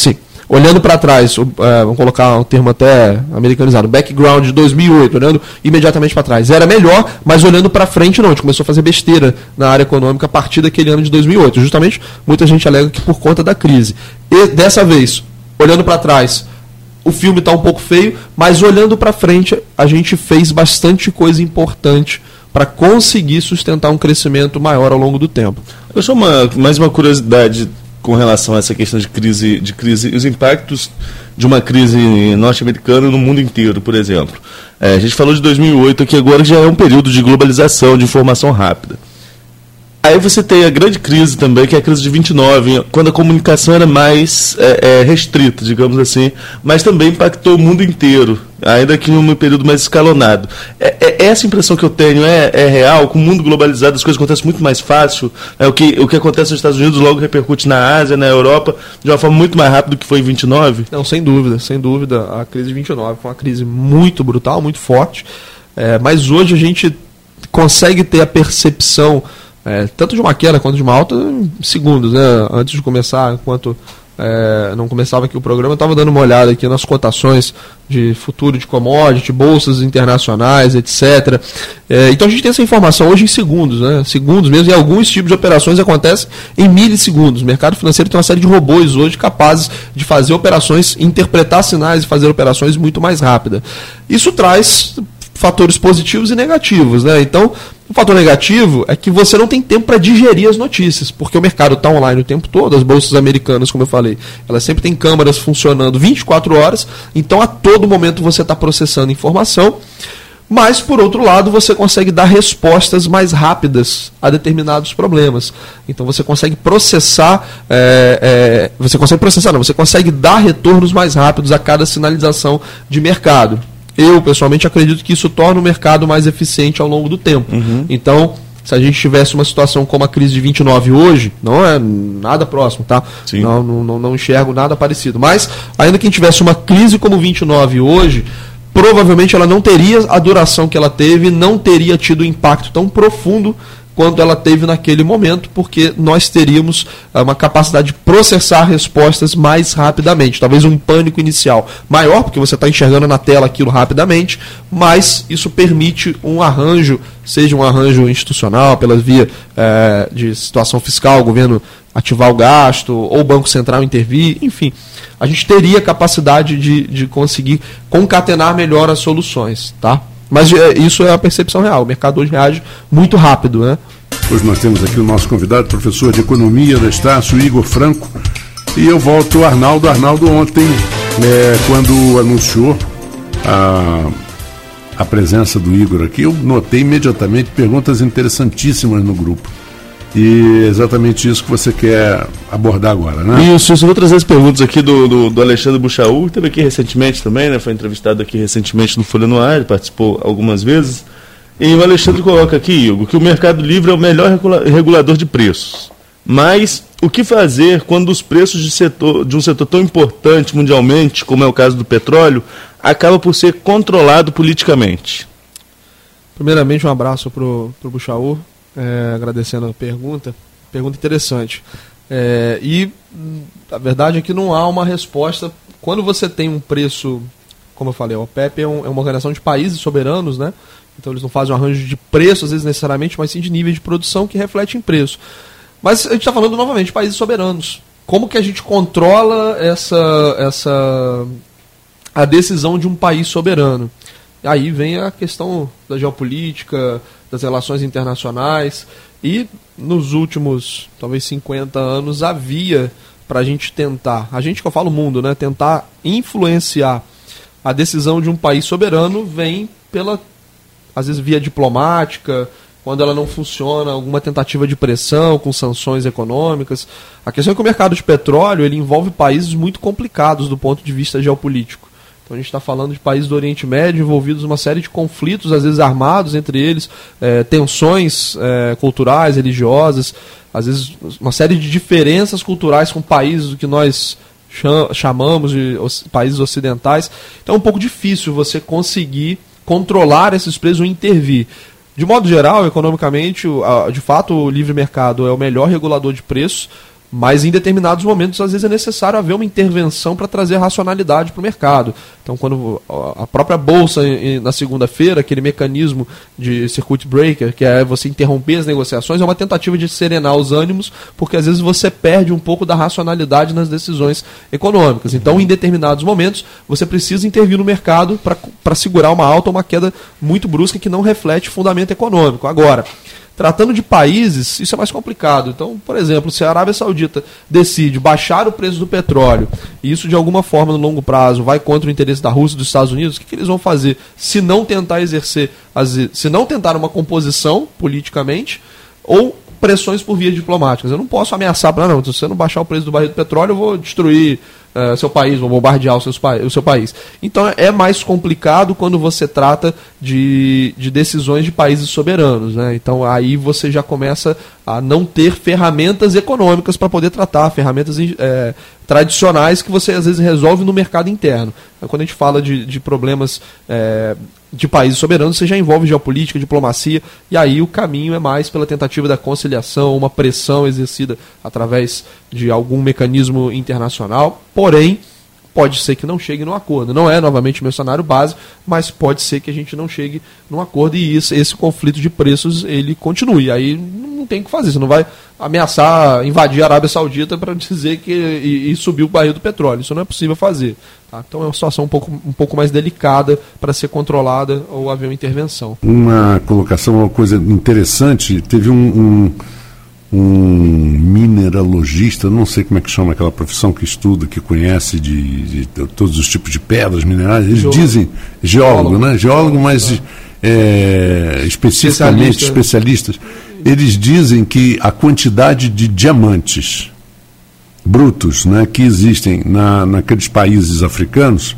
olhando para trás, vamos colocar um termo até americanizado, background de 2008, olhando imediatamente para trás, era melhor, mas olhando para frente não, a gente começou a fazer besteira na área econômica a partir daquele ano de 2008. Justamente, muita gente alega que por conta da crise. E dessa vez, olhando para trás, o filme está um pouco feio, mas olhando para frente, a gente fez bastante coisa importante para conseguir sustentar um crescimento maior ao longo do tempo. Eu só mais uma curiosidade com relação a essa questão de crise, os impactos de uma crise norte-americana no mundo inteiro, por exemplo. A gente falou de 2008 aqui agora, que já é um período de globalização, de informação rápida. Aí você tem a grande crise também, que é a crise de 29, quando a comunicação era mais restrita, digamos assim, mas também impactou o mundo inteiro, ainda que em um período mais escalonado. Essa impressão que eu tenho é real, com o mundo globalizado as coisas acontecem muito mais fácil, o que acontece nos Estados Unidos logo repercute na Ásia, na Europa, de uma forma muito mais rápida do que foi em 29? Não, sem dúvida, a crise de 29 foi uma crise muito brutal, muito forte, mas hoje a gente consegue ter a percepção tanto de uma queda quanto de uma alta em segundos, né? Antes de começar, enquanto não começava aqui o programa, eu estava dando uma olhada aqui nas cotações de futuro de commodity, bolsas internacionais, etc. Então a gente tem essa informação hoje em segundos, né? Segundos mesmo, e alguns tipos de operações acontecem em milissegundos. O mercado financeiro tem uma série de robôs hoje capazes de fazer operações, interpretar sinais e fazer operações muito mais rápidas. Isso traz fatores positivos e negativos, né? Então, o fator negativo é que você não tem tempo para digerir as notícias, porque o mercado está online o tempo todo, as bolsas americanas, como eu falei, elas sempre têm câmaras funcionando 24 horas, então a todo momento você está processando informação, mas, por outro lado, você consegue dar respostas mais rápidas a determinados problemas. Então você consegue processar, você consegue dar retornos mais rápidos a cada sinalização de mercado. Eu, pessoalmente, acredito que isso torna o mercado mais eficiente ao longo do tempo. Uhum. Então, se a gente tivesse uma situação como a crise de 29 hoje, não é nada próximo, tá? Não enxergo nada parecido. Mas, ainda que a gente tivesse uma crise como 29 hoje, provavelmente ela não teria a duração que ela teve, não teria tido um impacto tão profundo quanto ela teve naquele momento, porque nós teríamos uma capacidade de processar respostas mais rapidamente. Talvez um pânico inicial maior, porque você está enxergando na tela aquilo rapidamente, mas isso permite um arranjo, seja um arranjo institucional, pela via de situação fiscal, o governo ativar o gasto, ou o Banco Central intervir, enfim. A gente teria capacidade de conseguir concatenar melhor as soluções, tá? Mas isso é a percepção real. O mercado hoje reage muito rápido, né? Hoje nós temos aqui o nosso convidado, professor de Economia da Estácio, Igor Franco. E eu volto ao Arnaldo. Arnaldo, ontem, quando anunciou a presença do Igor aqui, eu notei imediatamente perguntas interessantíssimas no grupo. E é exatamente isso que você quer abordar agora, né? Isso, eu vou trazer as perguntas aqui do Alexandre Buchaú, que esteve aqui recentemente também, né? Foi entrevistado aqui recentemente no Folha no Ar, participou algumas vezes. E o Alexandre coloca aqui, Igor, que o Mercado Livre é o melhor regulador de preços. Mas o que fazer quando os preços de um setor tão importante mundialmente, como é o caso do petróleo, acaba por ser controlado politicamente? Primeiramente, um abraço para o Buchaú. Agradecendo a pergunta interessante. E a verdade é que não há uma resposta. Quando você tem um preço, como eu falei, a OPEP é uma organização de países soberanos, né? Então eles não fazem um arranjo de preço, às vezes necessariamente, mas sim de nível de produção que reflete em preço. Mas a gente está falando novamente de países soberanos. Como que a gente controla a decisão de um país soberano? Aí vem a questão da geopolítica, das relações internacionais, e nos últimos, talvez 50 anos, havia para a gente tentar, que eu falo mundo, né, tentar influenciar a decisão de um país soberano, vem às vezes via diplomática, quando ela não funciona, alguma tentativa de pressão com sanções econômicas. A questão é que o mercado de petróleo ele envolve países muito complicados do ponto de vista geopolítico. Então a gente está falando de países do Oriente Médio envolvidos em uma série de conflitos, às vezes armados entre eles, tensões culturais, religiosas, às vezes uma série de diferenças culturais com países que nós chamamos de países ocidentais. Então é um pouco difícil você conseguir controlar esses preços ou intervir. De modo geral, economicamente, de fato, o livre mercado é o melhor regulador de preços, Mas em determinados momentos, às vezes, é necessário haver uma intervenção para trazer racionalidade para o mercado. Então, quando a própria Bolsa, na segunda-feira, aquele mecanismo de circuit breaker, que é você interromper as negociações, é uma tentativa de serenar os ânimos, porque às vezes você perde um pouco da racionalidade nas decisões econômicas. Então, em determinados momentos, você precisa intervir no mercado para segurar uma alta ou uma queda muito brusca que não reflete fundamento econômico. Agora, tratando de países, isso é mais complicado. Então, por exemplo, se a Arábia Saudita decide baixar o preço do petróleo, e isso de alguma forma no longo prazo vai contra o interesse da Rússia e dos Estados Unidos, o que eles vão fazer se não tentar se não tentar uma composição politicamente, ou pressões por vias diplomáticas? Eu não posso ameaçar para se você não baixar o preço do barril do petróleo, eu vou destruir seu país, vou bombardear o seu país. Então é mais complicado quando você trata de decisões de países soberanos, né? Então aí você já começa a não ter ferramentas econômicas para poder tratar, ferramentas tradicionais que você às vezes resolve no mercado interno. Quando a gente fala de problemas de países soberanos, você já envolve geopolítica, diplomacia, e aí o caminho é mais pela tentativa da conciliação, uma pressão exercida através de algum mecanismo internacional. Porém, pode ser que não chegue num acordo. Não é novamente o meu cenário base, mas pode ser que a gente não chegue num acordo e esse conflito de preços ele continue. Aí não tem o que fazer. Você não vai ameaçar invadir a Arábia Saudita para dizer que e subir o barril do petróleo. Isso não é possível fazer. Tá? Então é uma situação um pouco mais delicada para ser controlada ou haver uma intervenção. Uma colocação, uma coisa interessante, teve um mineralogista, não sei como é que chama aquela profissão que estuda, que conhece de todos os tipos de pedras, minerais, eles dizem, geólogo, né? Geólogo, mas especificamente especialistas, eles dizem que a quantidade de diamantes brutos, né, que existem naqueles países africanos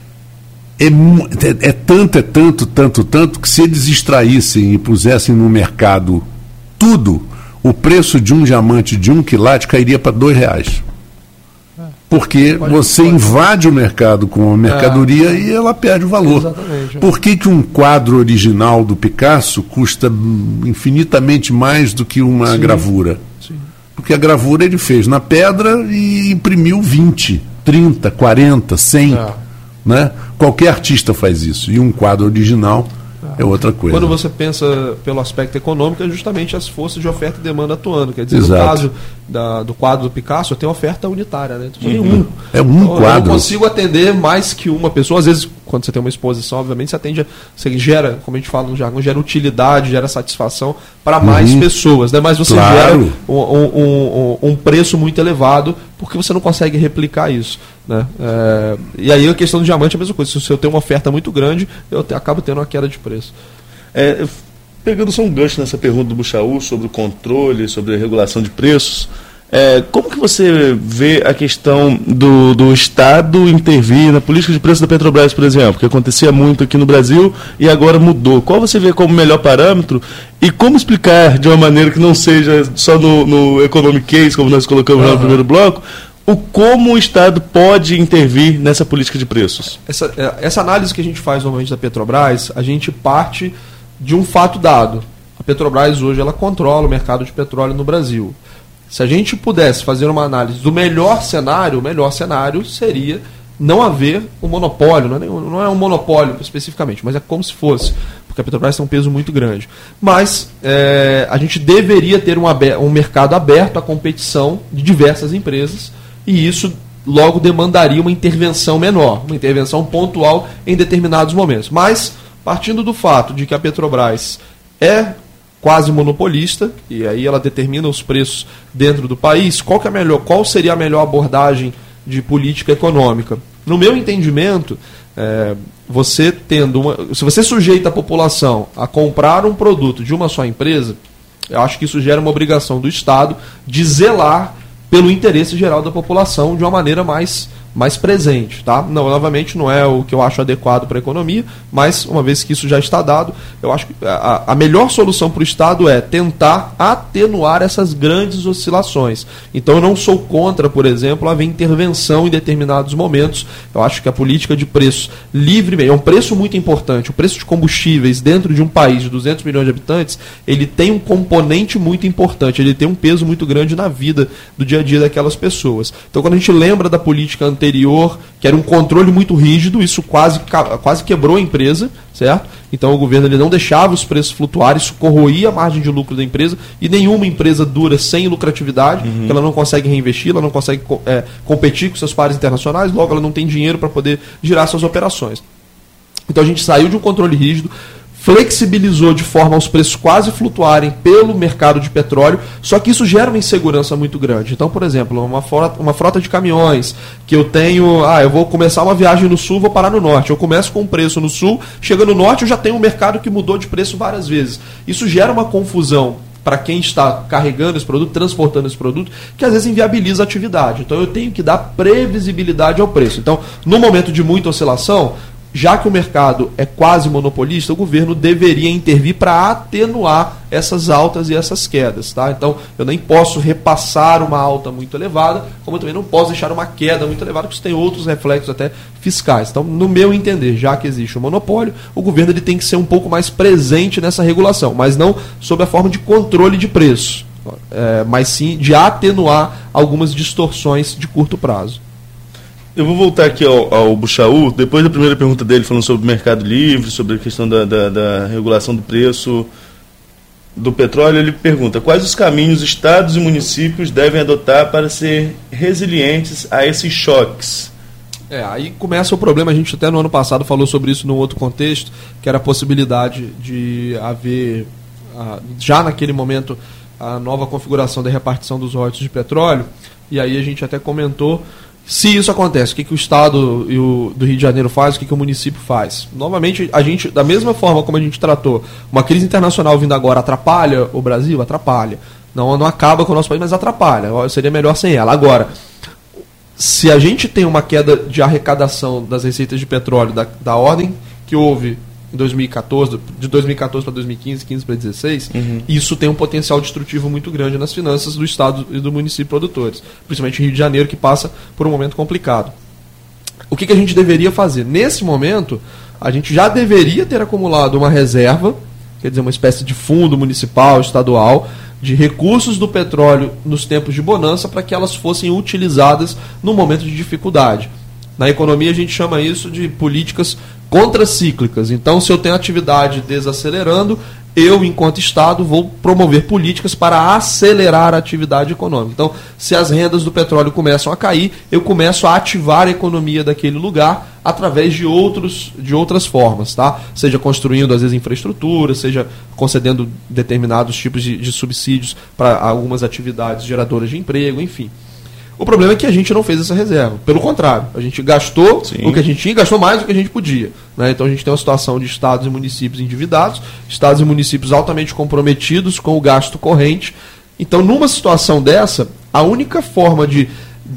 é tanto que se eles extraíssem e pusessem no mercado tudo, o preço de um diamante de 1 quilate cairia para R$2. Porque você invade o mercado com uma mercadoria e ela perde o valor. Exatamente. Por que um quadro original do Picasso custa infinitamente mais do que uma gravura? Sim. Porque a gravura ele fez na pedra e imprimiu 20, 30, 40, 100. Né? Qualquer artista faz isso. E um quadro original é outra coisa. Quando você pensa pelo aspecto econômico, é justamente as forças de oferta e demanda atuando. Quer dizer, Exato. no caso do quadro do Picasso, tem oferta unitária, né? Então, É um então, quadro. Eu não consigo atender mais que uma pessoa. Às vezes, quando você tem uma exposição, obviamente, você gera, como a gente fala no jargão, gera utilidade, gera satisfação para mais pessoas, né? Mas você gera um preço muito elevado porque você não consegue replicar isso, né? E aí a questão do diamante é a mesma coisa. Se eu tenho uma oferta muito grande, eu acabo tendo uma queda de preço. Pegando só um gancho nessa pergunta do Buchaú sobre o controle, sobre a regulação de preços, como que você vê a questão do Estado intervir na política de preço da Petrobras, por exemplo, que acontecia muito aqui no Brasil e agora mudou? Qual você vê como melhor parâmetro e como explicar de uma maneira que não seja só no economic case, como nós colocamos lá no primeiro bloco, como o Estado pode intervir nessa política de preços? Essa análise que a gente faz normalmente da Petrobras, a gente parte de um fato dado. A Petrobras hoje ela controla o mercado de petróleo no Brasil. Se a gente pudesse fazer uma análise do melhor cenário, o melhor cenário seria não haver um monopólio. Não é um monopólio especificamente, mas é como se fosse, porque a Petrobras tem um peso muito grande. Mas a gente deveria ter um mercado aberto à competição de diversas empresas, e isso logo demandaria uma intervenção menor, uma intervenção pontual em determinados momentos. Mas, partindo do fato de que a Petrobras é quase monopolista, e aí ela determina os preços dentro do país, qual seria a melhor abordagem de política econômica? No meu entendimento, se você sujeita a população a comprar um produto de uma só empresa, eu acho que isso gera uma obrigação do Estado de zelar pelo interesse geral da população de uma maneira mais mais presente, tá? Não, novamente, não é o que eu acho adequado para a economia, mas uma vez que isso já está dado, eu acho que a melhor solução para o Estado é tentar atenuar essas grandes oscilações. Então eu não sou contra, por exemplo, haver intervenção em determinados momentos. Eu acho que a política de preços livre é um preço muito importante. O preço de combustíveis dentro de um país de 200 milhões de habitantes, ele tem um componente muito importante, ele tem um peso muito grande na vida do dia a dia daquelas pessoas. Então quando a gente lembra da política anterior, que era um controle muito rígido, isso quase quebrou a empresa, certo? Então o governo ele não deixava os preços flutuarem, isso corroía a margem de lucro da empresa, e nenhuma empresa dura sem lucratividade, porque ela não consegue reinvestir, ela não consegue competir com seus pares internacionais, logo ela não tem dinheiro para poder girar suas operações. Então a gente saiu de um controle rígido, flexibilizou de forma aos preços quase flutuarem pelo mercado de petróleo, só que isso gera uma insegurança muito grande. Então, por exemplo, uma frota de caminhões, que eu tenho, eu vou começar uma viagem no sul, vou parar no norte. Eu começo com um preço no sul, chega no norte eu já tenho um mercado que mudou de preço várias vezes. Isso gera uma confusão para quem está carregando esse produto, transportando esse produto, que às vezes inviabiliza a atividade. Então eu tenho que dar previsibilidade ao preço. Então, no momento de muita oscilação, já que o mercado é quase monopolista, o governo deveria intervir para atenuar essas altas e essas quedas. Tá? Então, eu nem posso repassar uma alta muito elevada, como eu também não posso deixar uma queda muito elevada, porque isso tem outros reflexos até fiscais. Então, no meu entender, já que existe um monopólio, o governo ele tem que ser um pouco mais presente nessa regulação, mas não sob a forma de controle de preço, mas sim de atenuar algumas distorções de curto prazo. Eu vou voltar aqui ao Buchaú, depois da primeira pergunta dele, falando sobre o mercado livre, sobre a questão da regulação do preço do petróleo. Ele pergunta: quais os caminhos estados e municípios devem adotar para ser resilientes a esses choques? Aí começa o problema. A gente até no ano passado falou sobre isso num outro contexto, que era a possibilidade de haver, já naquele momento, a nova configuração da repartição dos royalties de petróleo, e aí a gente até comentou. Se isso acontece, o que o Estado do Rio de Janeiro faz, o que o município faz? Novamente, a gente, da mesma forma como a gente tratou, uma crise internacional vindo agora atrapalha o Brasil? Atrapalha. Não acaba com o nosso país, mas atrapalha. Seria melhor sem ela. Agora, se a gente tem uma queda de arrecadação das receitas de petróleo da ordem que houve em 2014, de 2014 para 2015, 15 para 2016, isso tem um potencial destrutivo muito grande nas finanças do Estado e do município produtores, principalmente Rio de Janeiro, que passa por um momento complicado. O que a gente deveria fazer? Nesse momento, a gente já deveria ter acumulado uma reserva, quer dizer, uma espécie de fundo municipal, estadual, de recursos do petróleo nos tempos de bonança, para que elas fossem utilizadas no momento de dificuldade. Na economia a gente chama isso de políticas contracíclicas. Então, se eu tenho atividade desacelerando, eu, enquanto Estado, vou promover políticas para acelerar a atividade econômica. Então, se as rendas do petróleo começam a cair, eu começo a ativar a economia daquele lugar através de outras formas, tá? Seja construindo, às vezes, infraestrutura, seja concedendo determinados tipos de subsídios para algumas atividades geradoras de emprego, enfim. O problema é que a gente não fez essa reserva. Pelo contrário, a gente gastou o que a gente tinha e gastou mais do que a gente podia. Né? Então a gente tem uma situação de estados e municípios endividados, estados e municípios altamente comprometidos com o gasto corrente. Então, numa situação dessa, a única forma de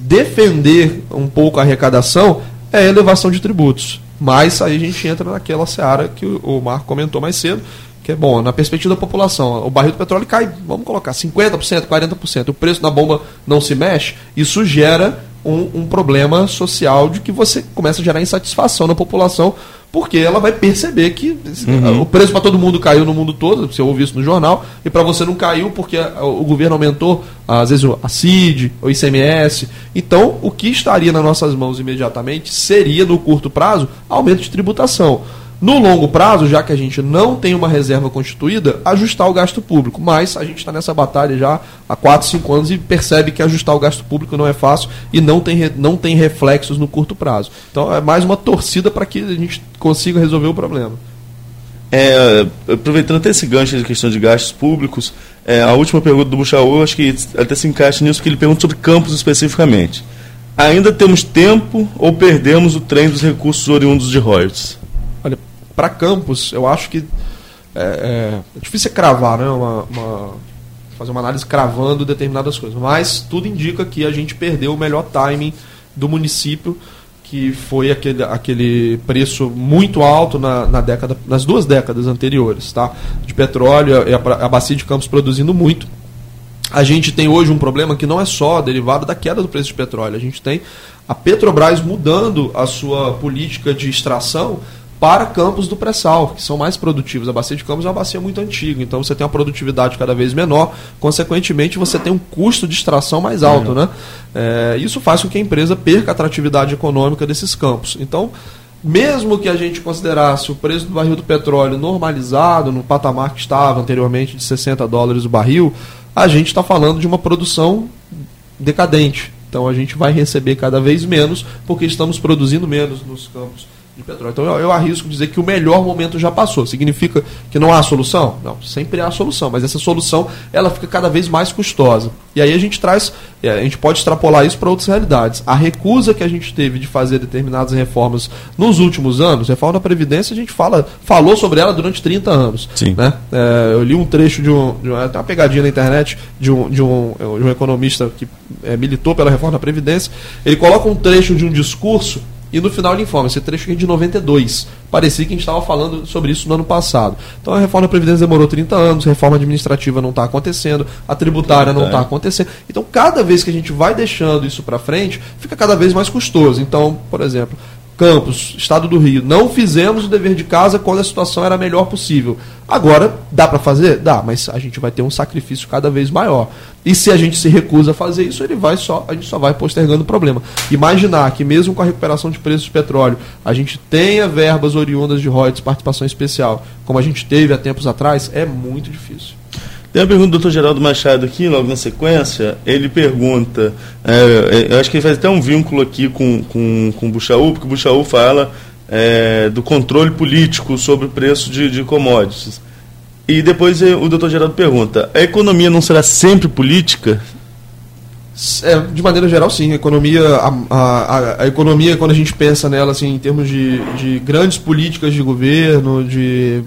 defender um pouco a arrecadação é a elevação de tributos. Mas aí a gente entra naquela seara que o Marco comentou mais cedo, que é bom, na perspectiva da população, o barril do petróleo cai, vamos colocar, 50%, 40%, o preço da bomba não se mexe, isso gera um problema social de que você começa a gerar insatisfação na população, porque ela vai perceber que o preço para todo mundo caiu no mundo todo, você ouve isso no jornal, e para você não caiu porque o governo aumentou, às vezes, a CID, o ICMS. Então, o que estaria nas nossas mãos imediatamente seria, no curto prazo, aumento de tributação. No longo prazo, já que a gente não tem uma reserva constituída, ajustar o gasto público. Mas a gente está nessa batalha já há 4, 5 anos e percebe que ajustar o gasto público não é fácil e não tem reflexos no curto prazo. Então é mais uma torcida para que a gente consiga resolver o problema. Aproveitando até esse gancho de questão de gastos públicos, a última pergunta do Buchaú, acho que até se encaixa nisso, que ele pergunta sobre campos especificamente. Ainda temos tempo ou perdemos o trem dos recursos oriundos de royalties? Olha, para Campos, eu acho que é difícil cravar, né? Fazer uma análise cravando determinadas coisas, mas tudo indica que a gente perdeu o melhor timing do município, que foi aquele preço muito alto nas 2 décadas anteriores, tá? De petróleo e a bacia de Campos produzindo muito. A gente tem hoje um problema que não é só derivado da queda do preço de petróleo. A gente tem a Petrobras mudando a sua política de extração para campos do pré-sal, que são mais produtivos. A bacia de Campos é uma bacia muito antiga, então você tem uma produtividade cada vez menor, consequentemente você tem um custo de extração mais alto, né? Isso faz com que a empresa perca a atratividade econômica desses campos. Então, mesmo que a gente considerasse o preço do barril do petróleo normalizado, no patamar que estava anteriormente de $60 o barril, a gente está falando de uma produção decadente. Então a gente vai receber cada vez menos, porque estamos produzindo menos nos campos de petróleo. Então eu arrisco dizer que o melhor momento já passou. Significa que não há solução? Não, sempre há solução, mas essa solução ela fica cada vez mais custosa. E aí a gente pode extrapolar isso para outras realidades. A recusa que a gente teve de fazer determinadas reformas nos últimos anos, reforma da Previdência, a gente falou sobre ela durante 30 anos. Sim. Né? Eu li um trecho tem uma pegadinha na internet de um economista que militou pela reforma da Previdência. Ele coloca um trecho de um discurso e no final ele informa, esse trecho aqui é de 92. Parecia que a gente estava falando sobre isso no ano passado. Então a reforma da Previdência demorou 30 anos, a reforma administrativa não está acontecendo, a tributária não está acontecendo. Então cada vez que a gente vai deixando isso para frente, fica cada vez mais custoso. Então, por exemplo, Campos, Estado do Rio, não fizemos o dever de casa quando a situação era a melhor possível. Agora, dá para fazer? Dá, mas a gente vai ter um sacrifício cada vez maior. E se a gente se recusa a fazer isso, a gente só vai postergando o problema. Imaginar que mesmo com a recuperação de preços de petróleo, a gente tenha verbas oriundas de royalties, participação especial, como a gente teve há tempos atrás, é muito difícil. Tem uma pergunta do Dr. Geraldo Machado aqui, logo na sequência. Ele pergunta, eu acho que ele faz até um vínculo aqui com o Buchaú, porque o Buchaú fala do controle político sobre o preço de commodities. E depois o Dr. Geraldo pergunta, a economia não será sempre política? De maneira geral, sim. A economia, a economia, quando a gente pensa nela assim, em termos de grandes políticas de governo, de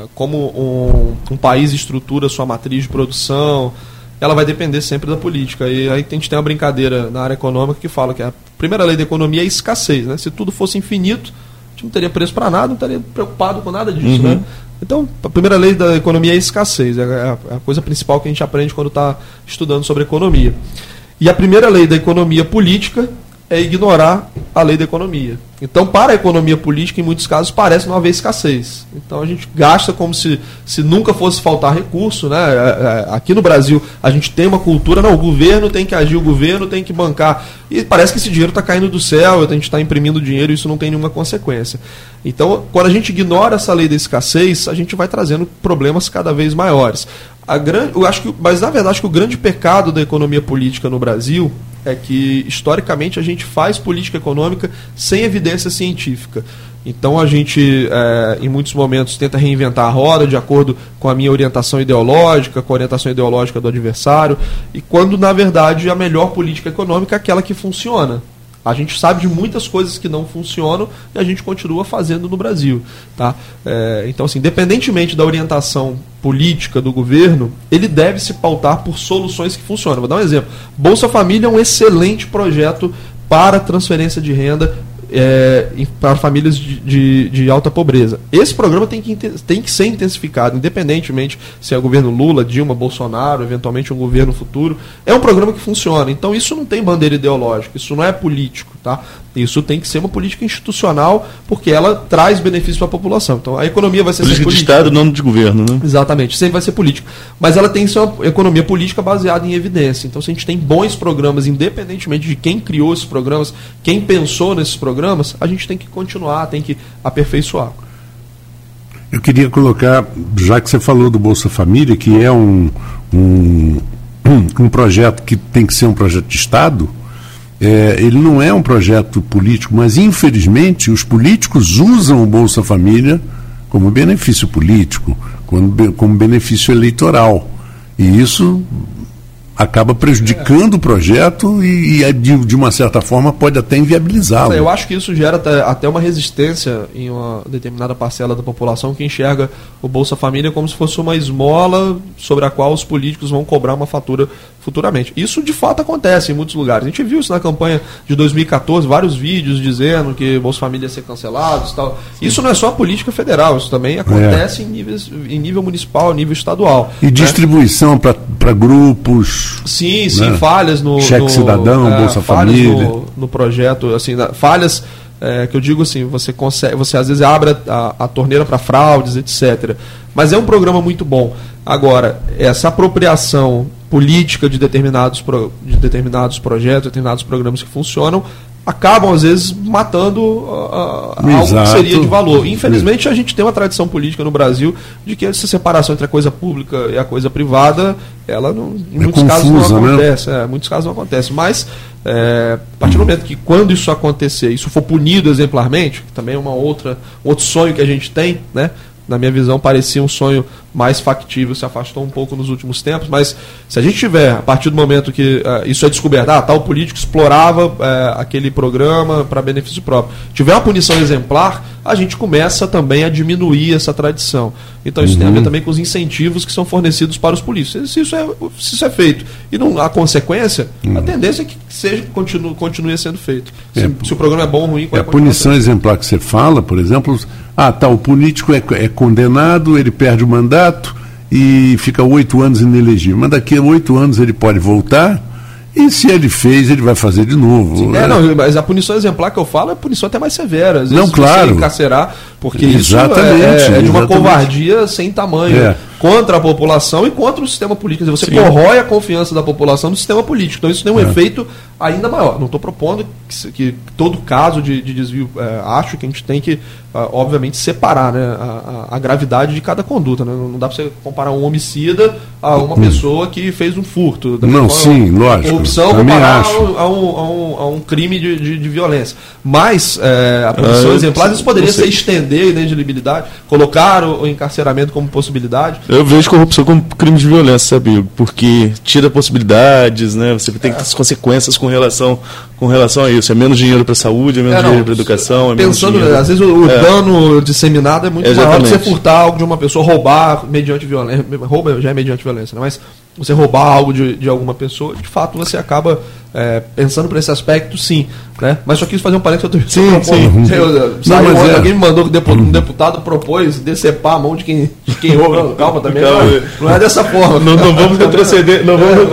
como um país estrutura sua matriz de produção, ela vai depender sempre da política. E aí a gente tem uma brincadeira na área econômica que fala que a primeira lei da economia é a escassez. Né? Se tudo fosse infinito, a gente não teria preço para nada, não estaria preocupado com nada disso. Né? Então, a primeira lei da economia é a escassez. É a coisa principal que a gente aprende quando está estudando sobre economia. E a primeira lei da economia política é ignorar a lei da economia. Então, para a economia política, em muitos casos, parece não haver escassez. Então, a gente gasta como se nunca fosse faltar recurso. Né? Aqui no Brasil, a gente tem uma cultura, não, o governo tem que agir, o governo tem que bancar. E parece que esse dinheiro está caindo do céu, a gente está imprimindo dinheiro e isso não tem nenhuma consequência. Então, quando a gente ignora essa lei da escassez, a gente vai trazendo problemas cada vez maiores. Mas, na verdade, acho que o grande pecado da economia política no Brasil é que, historicamente, a gente faz política econômica sem evidência científica. Então, a gente, em muitos momentos, tenta reinventar a roda de acordo com a minha orientação ideológica, com a orientação ideológica do adversário, e quando, na verdade, a melhor política econômica é aquela que funciona. A gente sabe de muitas coisas que não funcionam e a gente continua fazendo no Brasil. Tá? Então, assim, independentemente da orientação política do governo, ele deve se pautar por soluções que funcionam. Vou dar um exemplo. Bolsa Família é um excelente projeto para transferência de renda para famílias de alta pobreza. Esse programa tem que ser intensificado, independentemente se é o governo Lula, Dilma, Bolsonaro, eventualmente um governo futuro. É um programa que funciona. Então isso não tem bandeira ideológica, isso não é político. Tá? Isso tem que ser uma política institucional, porque ela traz benefícios para a população. Então a economia vai ser política de Estado, não de governo. Né? Exatamente, sempre vai ser política. Mas ela tem que ser uma economia política baseada em evidência. Então se a gente tem bons programas, independentemente de quem criou esses programas, quem pensou nesses programas, a gente tem que continuar, tem que aperfeiçoar. Eu queria colocar, já que você falou do Bolsa Família, que é um projeto que tem que ser um projeto de Estado, ele não é um projeto político, mas infelizmente os políticos usam o Bolsa Família como benefício político, como benefício eleitoral. E isso acaba prejudicando o projeto e de uma certa forma pode até inviabilizá-lo. Eu acho que isso gera até uma resistência em uma determinada parcela da população que enxerga o Bolsa Família como se fosse uma esmola sobre a qual os políticos vão cobrar uma fatura futuramente. Isso de fato acontece em muitos lugares. A gente viu isso na campanha de 2014, vários vídeos dizendo que Bolsa Família ia ser cancelado e tal. Isso não é só a política federal, isso também acontece em nível municipal, nível estadual. E distribuição para grupos. Sim, falhas no Cheque Cidadão, Bolsa Família. No projeto, assim, falhas que eu digo assim, você às vezes abre a torneira para fraudes, etc. Mas é um programa muito bom. Agora, essa apropriação política de determinados projetos, determinados programas que funcionam, acabam, às vezes, matando algo que seria de valor. Infelizmente, a gente tem uma tradição política no Brasil de que essa separação entre a coisa pública e a coisa privada, ela em muitos casos não acontece. Muitos casos não acontece. Mas, a partir do momento que, quando isso acontecer, isso for punido exemplarmente, que também é outro sonho que a gente tem, né? Na minha visão, parecia um sonho mais factível, se afastou um pouco nos últimos tempos, mas se a gente tiver, a partir do momento que isso é descoberto, tal político explorava aquele programa para benefício próprio, tiver uma punição exemplar, a gente começa também a diminuir essa tradição. Então isso tem a ver também com os incentivos que são fornecidos para os políticos. Se isso é feito e não há consequência, a tendência é que continue sendo feito. Se o programa é bom ou ruim... A punição exemplar que você fala, por exemplo... o político é condenado, ele perde o mandato e fica 8 anos inelegível. Mas daqui a 8 anos ele pode voltar e se ele fez, ele vai fazer de novo. Sim, mas a punição exemplar que eu falo é punição até mais severa. Às vezes claro. Você encarcerar, porque isso é de uma covardia sem tamanho contra a população e contra o sistema político. Quer dizer, você corrói a confiança da população no sistema político. Então isso tem um efeito ainda maior. Não estou propondo que todo caso de desvio, acho que a gente tem que, obviamente, separar, né, a gravidade de cada conduta. Né? Não dá para você comparar um homicida a uma pessoa que fez um furto. Lógico. Corrupção comparar a um crime de violência. Mas a punição exemplar, isso poderia ser estender a inelegibilidade, colocar o encarceramento como possibilidade. Eu vejo corrupção como crime de violência, sabe? Porque tira possibilidades, né? Você tem as consequências com relação a isso. É menos dinheiro para a saúde, é menos dinheiro para a educação. Pensando, às vezes o dano disseminado é muito maior do que você furtar algo de uma pessoa, roubar mediante violência. Roubo já é mediante violência, né? Mas você roubar algo de alguma pessoa, de fato você acaba pensando por esse aspecto, sim, né? Mas só quis fazer um parênteses. Alguém me mandou que um deputado propôs decepar a mão de quem rouba. Não, calma também. Não é dessa forma. Não vamos retroceder.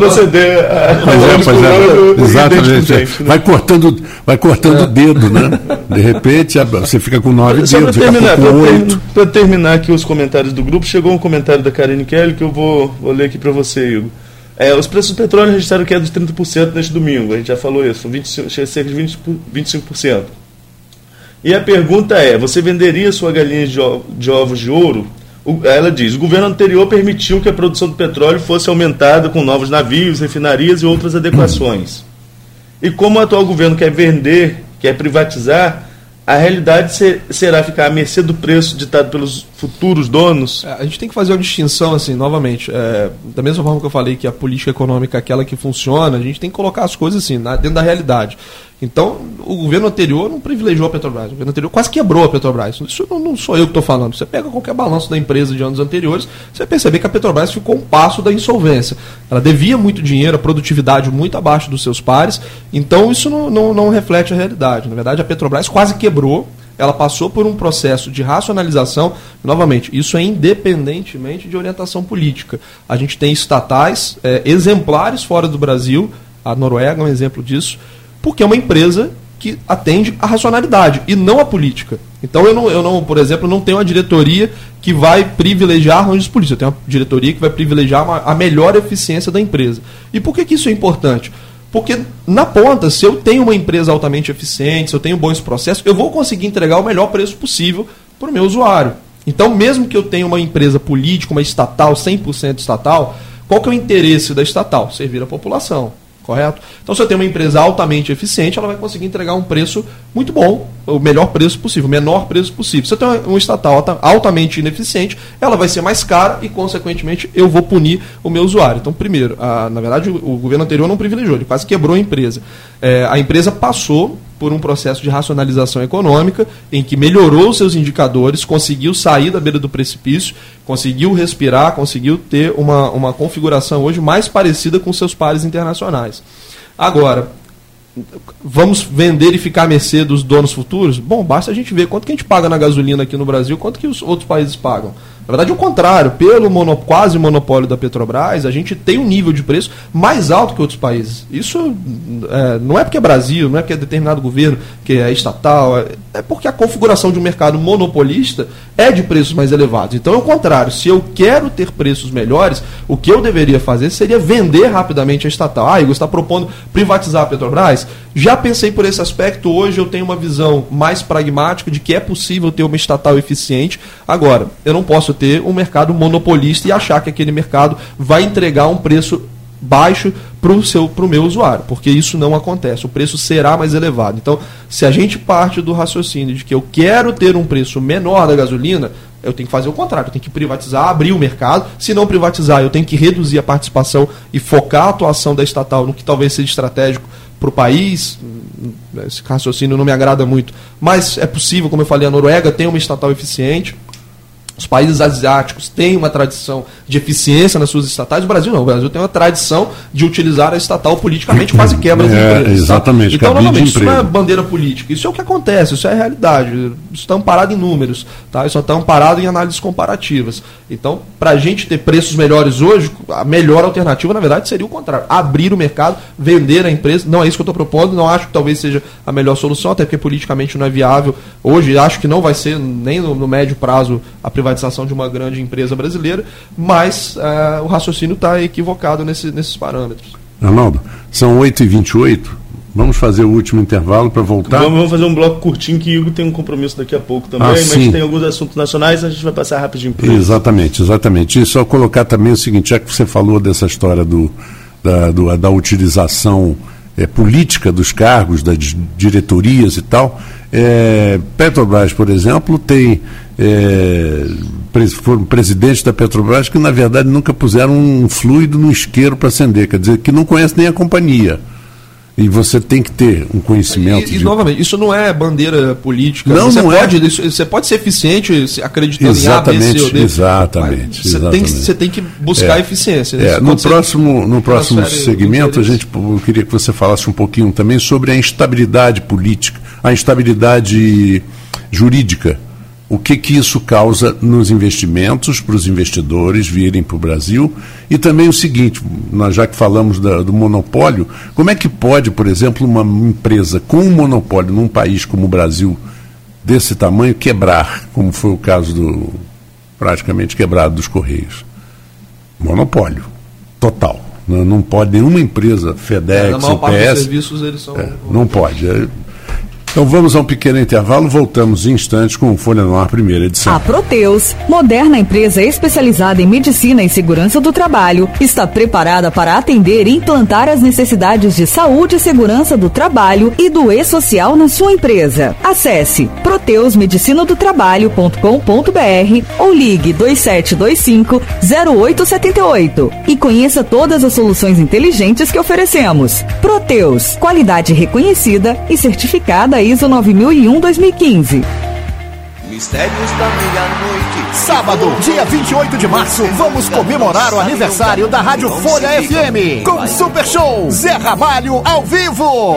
Exatamente. Vai cortando o dedo, né? De repente você fica com 9 dedos. Para terminar aqui os comentários do grupo, chegou um comentário da Karine Kelly que eu vou ler aqui para você, Igor. Os preços do petróleo registraram queda de 30% neste domingo. A gente já falou isso, cerca de 25%. E a pergunta é, você venderia sua galinha de ovos de ouro? Ela diz, o governo anterior permitiu que a produção do petróleo fosse aumentada com novos navios, refinarias e outras adequações. E como o atual governo quer vender, quer privatizar, a realidade será ficar à mercê do preço ditado pelos futuros donos? A gente tem que fazer uma distinção, assim, novamente. Da mesma forma que eu falei que a política econômica é aquela que funciona, a gente tem que colocar as coisas assim, dentro da realidade. Então, o governo anterior não privilegiou a Petrobras. O governo anterior quase quebrou a Petrobras. Isso não sou eu que estou falando. Você pega qualquer balanço da empresa de anos anteriores, você vai perceber que a Petrobras ficou um passo da insolvência. Ela devia muito dinheiro, a produtividade muito abaixo dos seus pares, então isso não reflete a realidade. Na verdade, a Petrobras quase quebrou. Ela passou por um processo de racionalização. Novamente, isso é independentemente de orientação política. A gente tem estatais exemplares fora do Brasil, a Noruega é um exemplo disso, porque é uma empresa que atende à racionalidade e não à política. Então eu não, por exemplo, não tenho uma diretoria que vai privilegiar arranjos políticos. Eu tenho uma diretoria que vai privilegiar a melhor eficiência da empresa. E por que isso é importante? Porque, na ponta, se eu tenho uma empresa altamente eficiente, se eu tenho bons processos, eu vou conseguir entregar o melhor preço possível para o meu usuário. Então, mesmo que eu tenha uma empresa política, uma estatal, 100% estatal, qual que é o interesse da estatal? Servir a população. correto? Então, se eu tenho uma empresa altamente eficiente, ela vai conseguir entregar um preço muito bom, o melhor preço possível, o menor preço possível. Se eu tenho uma estatal altamente ineficiente, ela vai ser mais cara e, consequentemente, eu vou punir o meu usuário. Então, primeiro, na verdade, o governo anterior não privilegiou, ele quase quebrou a empresa. A empresa passou por um processo de racionalização econômica, em que melhorou seus indicadores, conseguiu sair da beira do precipício, conseguiu respirar, conseguiu ter uma configuração hoje mais parecida com seus pares internacionais. Agora, vamos vender e ficar à mercê dos donos futuros? Bom, basta a gente ver quanto que a gente paga na gasolina aqui no Brasil, quanto que os outros países pagam. Na verdade, é o contrário. Pelo quase monopólio da Petrobras, a gente tem um nível de preço mais alto que outros países. Isso não é porque é Brasil, não é porque é determinado governo, que é estatal, é porque a configuração de um mercado monopolista é de preços mais elevados. Então, é o contrário. Se eu quero ter preços melhores, o que eu deveria fazer seria vender rapidamente a estatal. Igor, você está propondo privatizar a Petrobras? Já pensei por esse aspecto. Hoje eu tenho uma visão mais pragmática de que é possível ter uma estatal eficiente. Agora, eu não posso ter um mercado monopolista e achar que aquele mercado vai entregar um preço baixo para o meu usuário, porque isso não acontece, o preço será mais elevado. Então, se a gente parte do raciocínio de que eu quero ter um preço menor da gasolina, eu tenho que fazer o contrário, eu tenho que privatizar, abrir o mercado. Se não privatizar, eu tenho que reduzir a participação e focar a atuação da estatal no que talvez seja estratégico para o país. Esse raciocínio não me agrada muito, mas é possível. Como eu falei, a Noruega tem uma estatal eficiente. Os países asiáticos têm uma tradição de eficiência nas suas estatais. O Brasil não. O Brasil tem uma tradição de utilizar a estatal politicamente, quase quebra as empresas. Exatamente. Tá? Então, novamente, isso não é bandeira política. Isso é o que acontece, isso é a realidade. Isso está amparado em números. Tá? Isso está amparado em análises comparativas. Então, para a gente ter preços melhores hoje, a melhor alternativa, na verdade, seria o contrário. Abrir o mercado, vender a empresa. Não é isso que eu estou propondo. Não acho que talvez seja a melhor solução, até porque politicamente não é viável. Hoje, acho que não vai ser, nem no médio prazo, a privatização de uma grande empresa brasileira, mas o raciocínio está equivocado nesses parâmetros. Arnaldo, são 8h28, vamos fazer o último intervalo para voltar? Vamos fazer um bloco curtinho, que o Igor tem um compromisso daqui a pouco também, mas tem alguns assuntos nacionais, a gente vai passar rapidinho por isso. Exatamente. E só colocar também o seguinte, já que você falou dessa história da utilização política dos cargos, das diretorias e tal, Petrobras, por exemplo, tem foram presidentes da Petrobras que, na verdade, nunca puseram um fluido no isqueiro para acender, quer dizer, que não conhece nem a companhia. E você tem que ter um conhecimento. Novamente, isso não é bandeira política. Não, você não pode, você pode ser eficiente acreditando em A, B, C ou D. Exatamente. Você tem que buscar eficiência. No próximo segmento, eu queria que você falasse um pouquinho também sobre a instabilidade política, a instabilidade jurídica. O que isso causa nos investimentos, para os investidores virem para o Brasil, e também o seguinte, nós já que falamos do monopólio, como é que pode, por exemplo, uma empresa com um monopólio num país como o Brasil, desse tamanho, quebrar, como foi o caso praticamente quebrado dos Correios? Monopólio total. Não pode nenhuma empresa, FedEx, na maior parte dos UPS, serviços eles são... não pode. Então vamos a um pequeno intervalo, voltamos em instantes com o Folha no Ar, primeira edição. A Proteus, moderna empresa especializada em medicina e segurança do trabalho, está preparada para atender e implantar as necessidades de saúde e segurança do trabalho e do e-social na sua empresa. Acesse proteusmedicinadotrabalho.com.br ou ligue 2725-0878 e conheça todas as soluções inteligentes que oferecemos. Proteus, qualidade reconhecida e certificada ISO 9001-2015. Mistérios da Meia-Noite. Sábado, dia 28 de março, vamos comemorar o aniversário da Rádio Folha FM com Super Show Zé Ramalho ao vivo.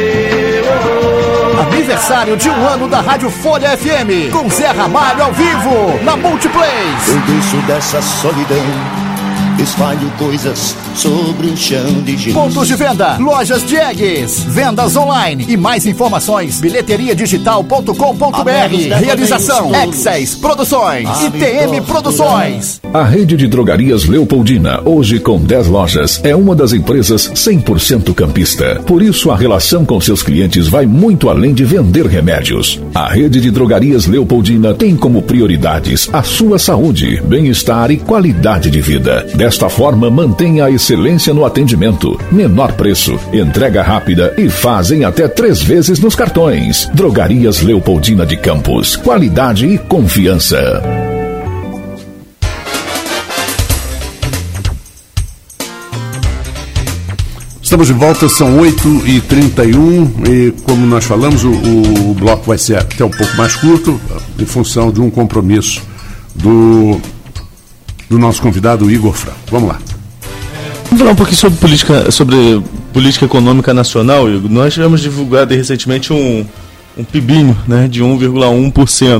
Aniversário de 1 ano da Rádio Folha FM com Zé Ramalho ao vivo na Multiplays. Eu desço dessa solidão, espalho coisas sobre um chão de giz. Pontos de venda, lojas Diegues, vendas online e mais informações, bilheteriadigital.com.br. Realização Excess Produções e TM Produções. A rede de drogarias Leopoldina, hoje com 10 lojas, é uma das empresas 100% campista. Por isso, a relação com seus clientes vai muito além de vender remédios. A rede de drogarias Leopoldina tem como prioridades a sua saúde, bem-estar e qualidade de vida. Desta forma, mantém a excelência no atendimento, menor preço, entrega rápida e fazem até 3 vezes nos cartões. Drogarias Leopoldina de Campos. Qualidade e confiança. Estamos de volta, são 8h31 e, como nós falamos, o bloco vai ser até um pouco mais curto, em função de um compromisso do nosso convidado Igor Franco. Vamos lá. Vamos falar um pouquinho sobre política econômica nacional, Igor. Nós tivemos divulgado recentemente um PIBinho, né, de 1,1%.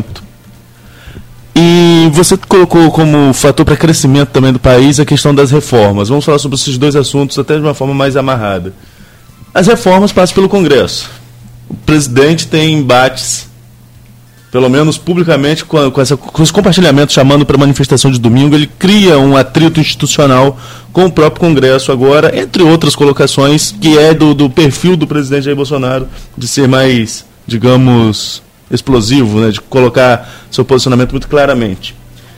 E você colocou como fator para crescimento também do país a questão das reformas. Vamos falar sobre esses dois assuntos até de uma forma mais amarrada. As reformas passam pelo Congresso. O presidente tem embates, pelo menos publicamente, com esse compartilhamento chamando para manifestação de domingo. Ele cria um atrito institucional com o próprio Congresso agora, entre outras colocações, que é do perfil do presidente Jair Bolsonaro, de ser mais, digamos, explosivo, né, de colocar seu posicionamento muito claramente.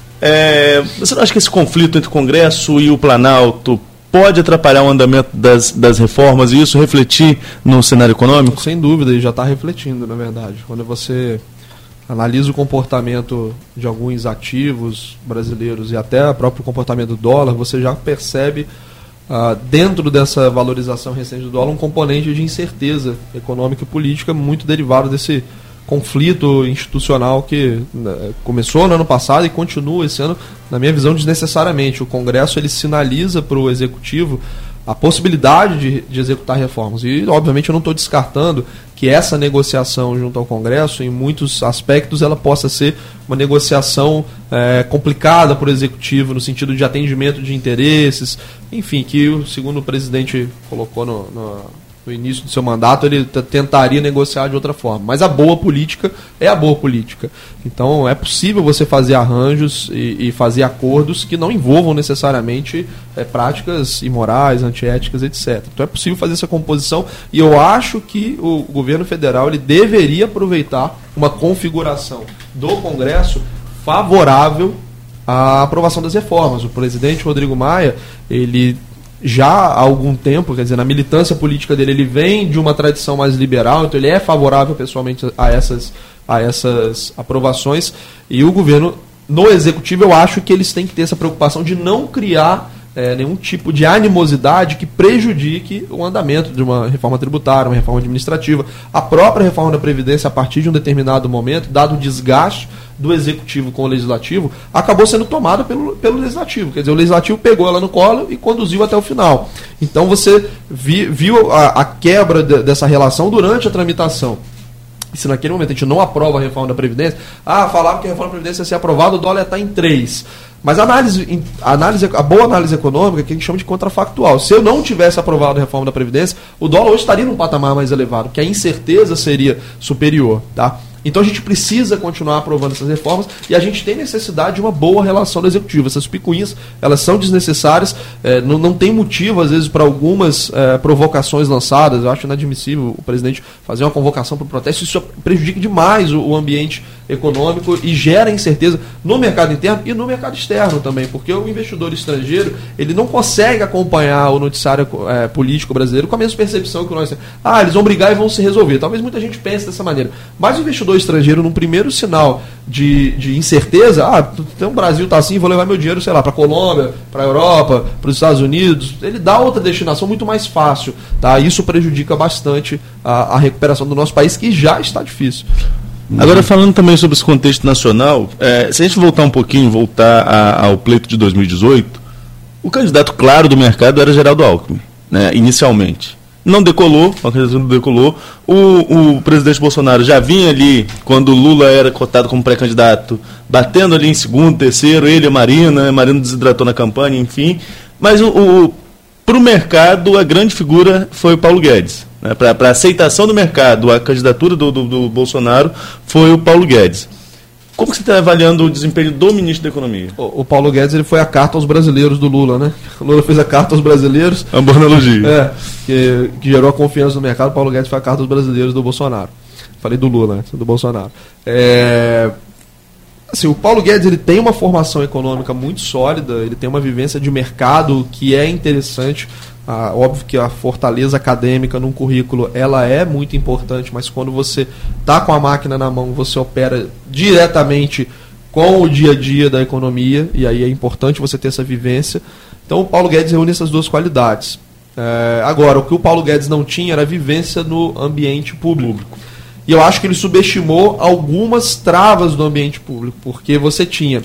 Você não acha que esse conflito entre o Congresso e o Planalto pode atrapalhar o andamento das reformas e isso refletir no cenário econômico? Sem dúvida, e já está refletindo, na verdade. Quando você analisa o comportamento de alguns ativos brasileiros e até o próprio comportamento do dólar, você já percebe, dentro dessa valorização recente do dólar, um componente de incerteza econômica e política muito derivado desse conflito institucional que começou no ano passado e continua esse ano, na minha visão, desnecessariamente. O Congresso ele sinaliza para o Executivo a possibilidade de executar reformas. E, obviamente, eu não estou descartando que essa negociação junto ao Congresso, em muitos aspectos, ela possa ser uma negociação complicada para o Executivo, no sentido de atendimento de interesses, enfim, que, segundo o presidente colocou no início do seu mandato, ele tentaria negociar de outra forma. Mas a boa política é a boa política. Então é possível você fazer arranjos e fazer acordos que não envolvam necessariamente práticas imorais, antiéticas, etc. Então é possível fazer essa composição e eu acho que o governo federal ele deveria aproveitar uma configuração do Congresso favorável à aprovação das reformas. O presidente Rodrigo Maia, ele já há algum tempo, quer dizer, na militância política dele, ele vem de uma tradição mais liberal, então ele é favorável pessoalmente a essas aprovações, e o governo, no executivo, eu acho que eles têm que ter essa preocupação de não criar nenhum tipo de animosidade que prejudique o andamento de uma reforma tributária, uma reforma administrativa. A própria reforma da Previdência, a partir de um determinado momento, dado o desgaste do Executivo com o Legislativo, acabou sendo tomada pelo Legislativo. Quer dizer, o Legislativo pegou ela no colo e conduziu até o final. Então você viu a quebra dessa relação durante a tramitação. E se naquele momento a gente não aprova a reforma da Previdência, falava que a reforma da Previdência ia ser aprovada, o dólar ia estar em 3. Mas a boa análise econômica, que a gente chama de contrafactual. Se eu não tivesse aprovado a reforma da Previdência, o dólar hoje estaria num patamar mais elevado, porque a incerteza seria superior, tá? Então a gente precisa continuar aprovando essas reformas e a gente tem necessidade de uma boa relação do Executivo. Essas picuinhas, elas são desnecessárias, não tem motivo, às vezes, para algumas provocações lançadas. Eu acho inadmissível o presidente fazer uma convocação para o protesto. Isso prejudica demais o ambiente econômico e gera incerteza no mercado interno e no mercado externo também, porque o investidor estrangeiro ele não consegue acompanhar o noticiário político brasileiro com a mesma percepção que nós temos. Eles vão brigar e vão se resolver. Talvez muita gente pense dessa maneira. Mas o investidor estrangeiro, num primeiro sinal de incerteza, então o Brasil está assim, vou levar meu dinheiro, sei lá, para a Colômbia, para a Europa, para os Estados Unidos, ele dá outra destinação muito mais fácil, tá? Isso prejudica bastante a recuperação do nosso país, que já está difícil. Agora, falando também sobre esse contexto nacional, se a gente voltar ao pleito de 2018, o candidato claro do mercado era Geraldo Alckmin, né, inicialmente. Não decolou, a candidatura não decolou. O presidente Bolsonaro já vinha ali, quando o Lula era cotado como pré-candidato, batendo ali em segundo, terceiro, ele e a Marina desidratou na campanha, enfim. Mas para o mercado, a grande figura foi o Paulo Guedes. Né? Para a aceitação do mercado, a candidatura do Bolsonaro foi o Paulo Guedes. Como você está avaliando o desempenho do ministro da Economia? O Paulo Guedes ele foi a carta aos brasileiros do Lula, né? O Lula fez a carta aos brasileiros. É uma boa analogia. Que gerou a confiança no mercado. O Paulo Guedes foi a carta aos brasileiros do Bolsonaro. Falei do Lula, né? Do Bolsonaro. Assim, o Paulo Guedes ele tem uma formação econômica muito sólida, ele tem uma vivência de mercado que é interessante. Óbvio que a fortaleza acadêmica num currículo ela é muito importante, mas quando você está com a máquina na mão, você opera diretamente com o dia a dia da economia, e aí é importante você ter essa vivência. Então o Paulo Guedes reúne essas duas qualidades. Agora, o que o Paulo Guedes não tinha era a vivência no ambiente público. E eu acho que ele subestimou algumas travas do ambiente público, porque você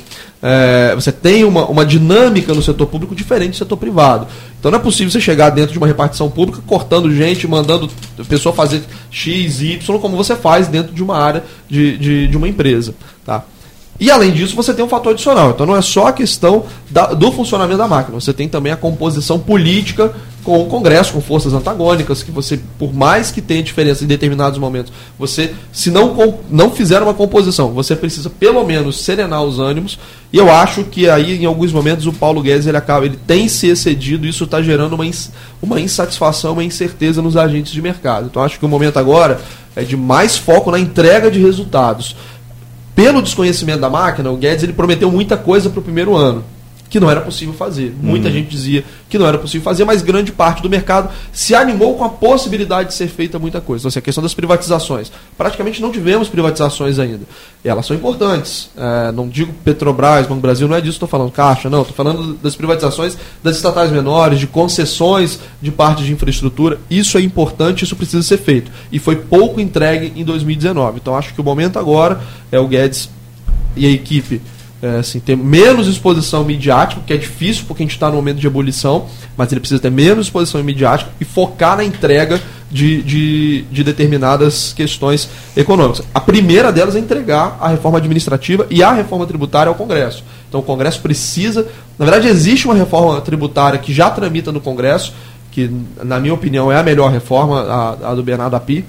tem uma dinâmica no setor público diferente do setor privado. Então não é possível você chegar dentro de uma repartição pública cortando gente, mandando a pessoa fazer X, Y, como você faz dentro de uma área de uma empresa. Tá? E além disso, você tem um fator adicional. Então não é só a questão do funcionamento da máquina, você tem também a composição política com o Congresso, com forças antagônicas, que você, por mais que tenha diferença em determinados momentos, você, se não fizer uma composição, você precisa pelo menos serenar os ânimos, e eu acho que aí, em alguns momentos, o Paulo Guedes ele tem se excedido, e isso está gerando uma insatisfação, uma incerteza nos agentes de mercado. Então acho que o momento agora é de mais foco na entrega de resultados. Pelo desconhecimento da máquina, o Guedes ele prometeu muita coisa para o primeiro ano, que não era possível fazer. Muita gente dizia que não era possível fazer, mas grande parte do mercado se animou com a possibilidade de ser feita muita coisa. Então, assim, a questão das privatizações. Praticamente não tivemos privatizações ainda. Elas são importantes. Não digo Petrobras, Banco do Brasil, não é disso que estou falando. Caixa, não. Estou falando das privatizações das estatais menores, de concessões de parte de infraestrutura. Isso é importante, isso precisa ser feito. E foi pouco entregue em 2019. Então, acho que o momento agora é o Guedes e a equipe ter menos exposição midiática, que é difícil porque a gente está no momento de ebulição, mas ele precisa ter menos exposição midiática e focar na entrega de determinadas questões econômicas. A primeira delas é entregar a reforma administrativa e a reforma tributária ao Congresso. Então o Congresso precisa... Na verdade, existe uma reforma tributária que já tramita no Congresso, que, na minha opinião, é a melhor reforma, a do Bernardo Api.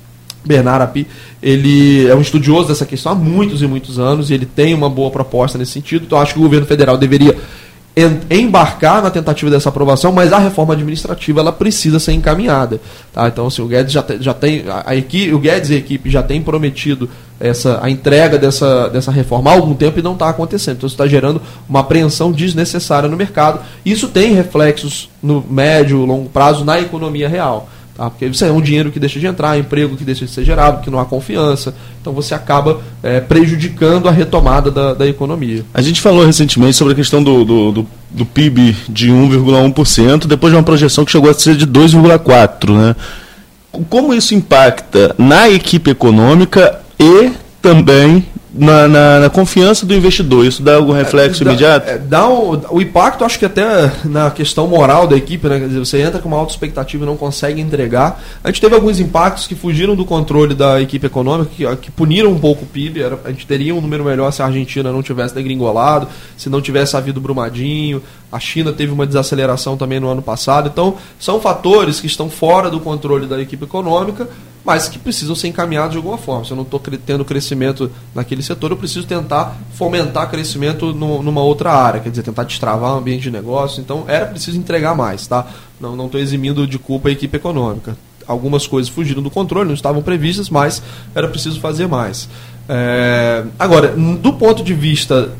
Ele é um estudioso dessa questão há muitos e muitos anos, e ele tem uma boa proposta nesse sentido. Então acho que o governo federal deveria embarcar na tentativa dessa aprovação, mas a reforma administrativa ela precisa ser encaminhada. Tá? Então assim, o Guedes já tem o Guedes e a equipe já tem prometido a entrega dessa reforma há algum tempo e não está acontecendo. Então isso está gerando uma apreensão desnecessária no mercado. Isso tem reflexos no médio e longo prazo na economia real. Porque isso é um dinheiro que deixa de entrar, emprego que deixa de ser gerado, que não há confiança. Então você acaba prejudicando a retomada da economia. A gente falou recentemente sobre a questão do PIB de 1,1%, depois de uma projeção que chegou a ser de 2,4%. Né? Como isso impacta na equipe econômica e também na confiança do investidor? Isso dá algum reflexo imediato? O impacto, acho que até na questão moral da equipe, né? Quer dizer, você entra com uma alta expectativa e não consegue entregar. A gente teve alguns impactos que fugiram do controle da equipe econômica, que puniram um pouco o PIB. A gente teria um número melhor se a Argentina não tivesse degringolado, se não tivesse havido Brumadinho. A China teve uma desaceleração também no ano passado. Então, são fatores que estão fora do controle da equipe econômica, mas que precisam ser encaminhados de alguma forma. Se eu não estou tendo crescimento naquele setor, eu preciso tentar fomentar crescimento numa outra área, quer dizer, tentar destravar o ambiente de negócio. Então, era preciso entregar mais, tá? Não estou eximindo de culpa a equipe econômica. Algumas coisas fugiram do controle, não estavam previstas, mas era preciso fazer mais. Agora, do ponto de vista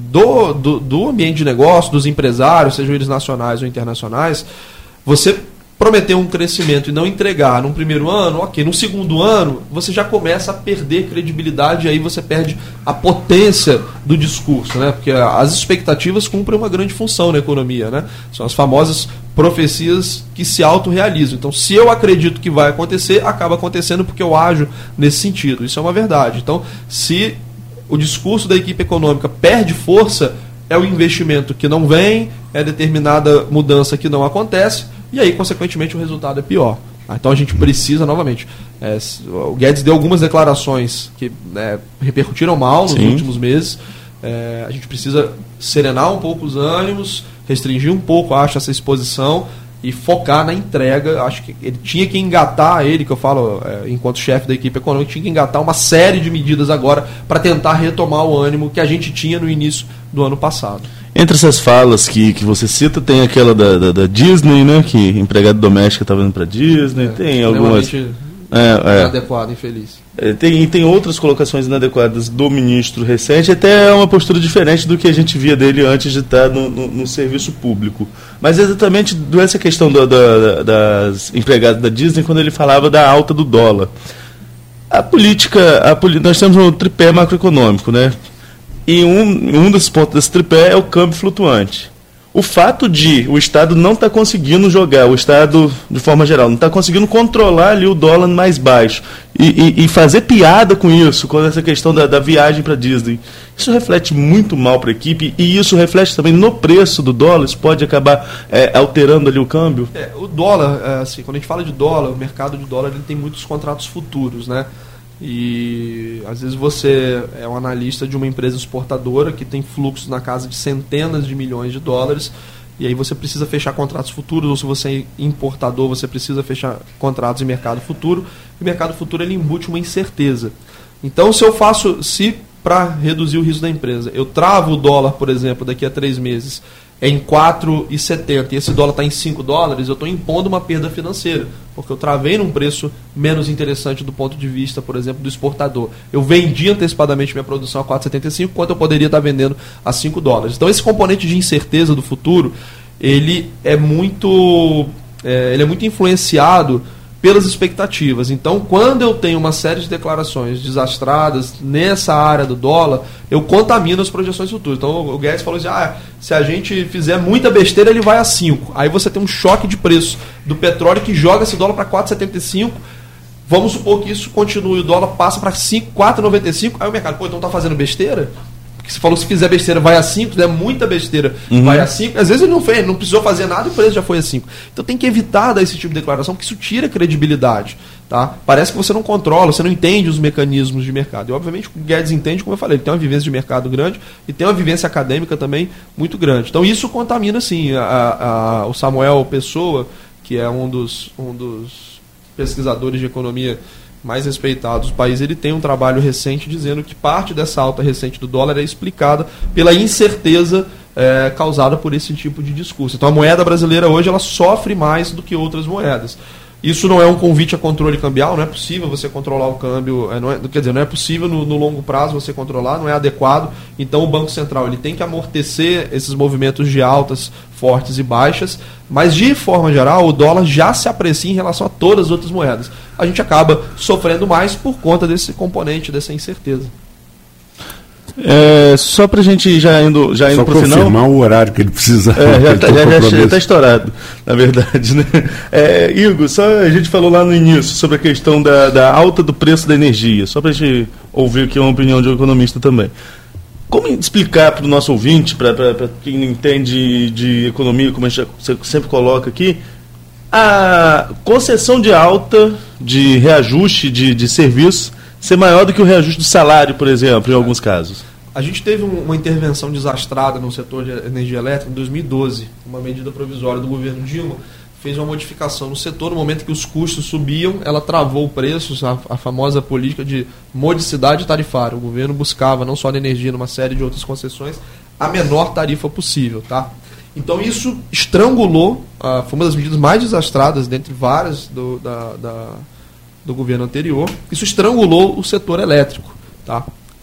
do ambiente de negócio, dos empresários, sejam eles nacionais ou internacionais, você prometer um crescimento e não entregar num primeiro ano, ok. No segundo ano, você já começa a perder credibilidade e aí você perde a potência do discurso, né? Porque as expectativas cumprem uma grande função na economia, né? São as famosas profecias que se autorrealizam. Então, se eu acredito que vai acontecer, acaba acontecendo porque eu ajo nesse sentido. Isso é uma verdade. Então, se o discurso da equipe econômica perde força, é o investimento que não vem, é determinada mudança que não acontece, e aí, consequentemente, o resultado é pior. Então a gente precisa, novamente, o Guedes deu algumas declarações que repercutiram mal nos últimos meses. A gente precisa serenar um pouco os ânimos, restringir um pouco, acho, essa exposição e focar na entrega. Acho que ele tinha que engatar, que eu falo enquanto chefe da equipe econômica, tinha que engatar uma série de medidas agora para tentar retomar o ânimo que a gente tinha no início do ano passado. Entre essas falas que você cita, tem aquela da Disney, né? Que empregada doméstica estava indo para Disney, tem algumas... inadequado, infeliz. Tem outras colocações inadequadas do ministro recente, até é uma postura diferente do que a gente via dele antes de estar no serviço público. Mas exatamente essa questão das empregadas da Disney, quando ele falava da alta do dólar. Nós temos um tripé macroeconômico, né? E um dos pontos desse tripé é o câmbio flutuante. O fato de o Estado não estar conseguindo jogar, o Estado, de forma geral, não está conseguindo controlar ali o dólar mais baixo e fazer piada com isso, com essa questão da viagem para Disney, isso reflete muito mal para a equipe e isso reflete também no preço do dólar, isso pode acabar alterando ali o câmbio? O dólar, assim, quando a gente fala de dólar, o mercado de dólar ele tem muitos contratos futuros, né? E às vezes você é um analista de uma empresa exportadora que tem fluxos na casa de centenas de milhões de dólares e aí você precisa fechar contratos futuros, ou se você é importador você precisa fechar contratos em mercado futuro, e o mercado futuro ele embute uma incerteza. Então se para reduzir o risco da empresa eu travo o dólar, por exemplo, daqui a 3 meses em 4,70 e esse dólar está em $5, eu estou impondo uma perda financeira, porque eu travei num preço menos interessante do ponto de vista, por exemplo, do exportador. Eu vendi antecipadamente minha produção a 4,75, enquanto eu poderia estar vendendo a $5. Então esse componente de incerteza do futuro, ele é muito influenciado pelas expectativas. Então, quando eu tenho uma série de declarações desastradas nessa área do dólar, eu contamino as projeções futuras. Então, o Guedes falou assim, se a gente fizer muita besteira, ele vai a 5. Aí você tem um choque de preço do petróleo que joga esse dólar para 4,75. Vamos supor que isso continue, o dólar passa para 4,95. Aí o mercado, então está fazendo besteira? Porque você falou que se fizer besteira vai a 5, se der muita besteira vai a 5. Às vezes ele não precisou fazer nada e o preço já foi a 5. Então tem que evitar dar esse tipo de declaração, porque isso tira credibilidade. Tá? Parece que você não controla, você não entende os mecanismos de mercado. E obviamente o Guedes entende, como eu falei, ele tem uma vivência de mercado grande e tem uma vivência acadêmica também muito grande. Então isso contamina sim. O Samuel Pessoa, que é um dos pesquisadores de economia mais respeitados do país, ele tem um trabalho recente dizendo que parte dessa alta recente do dólar é explicada pela incerteza causada por esse tipo de discurso. Então a moeda brasileira hoje ela sofre mais do que outras moedas. Isso não é um convite a controle cambial, não é possível você controlar o câmbio, não é possível no longo prazo você controlar, não é adequado. Então o Banco Central ele tem que amortecer esses movimentos de altas, fortes e baixas, mas de forma geral o dólar já se aprecia em relação a todas as outras moedas. A gente acaba sofrendo mais por conta desse componente, dessa incerteza. Só para a gente já indo para o final. Só confirmar o horário que ele precisa. Já está estourado, na verdade. Né? Igor, só a gente falou lá no início sobre a questão da alta do preço da energia, só para a gente ouvir aqui uma opinião de um economista também. Como explicar para o nosso ouvinte, para quem não entende de economia, como a gente sempre coloca aqui, a concessão de alta, de reajuste de serviço, ser maior do que o reajuste do salário, por exemplo, em alguns casos? A gente teve uma intervenção desastrada no setor de energia elétrica em 2012, uma medida provisória do governo Dilma, fez uma modificação no setor, no momento que os custos subiam, ela travou preços, a famosa política de modicidade tarifária. O governo buscava, não só na energia, numa série de outras concessões, a menor tarifa possível, tá? Então isso estrangulou, foi uma das medidas mais desastradas, dentre várias do governo anterior, isso estrangulou o setor elétrico. Tá?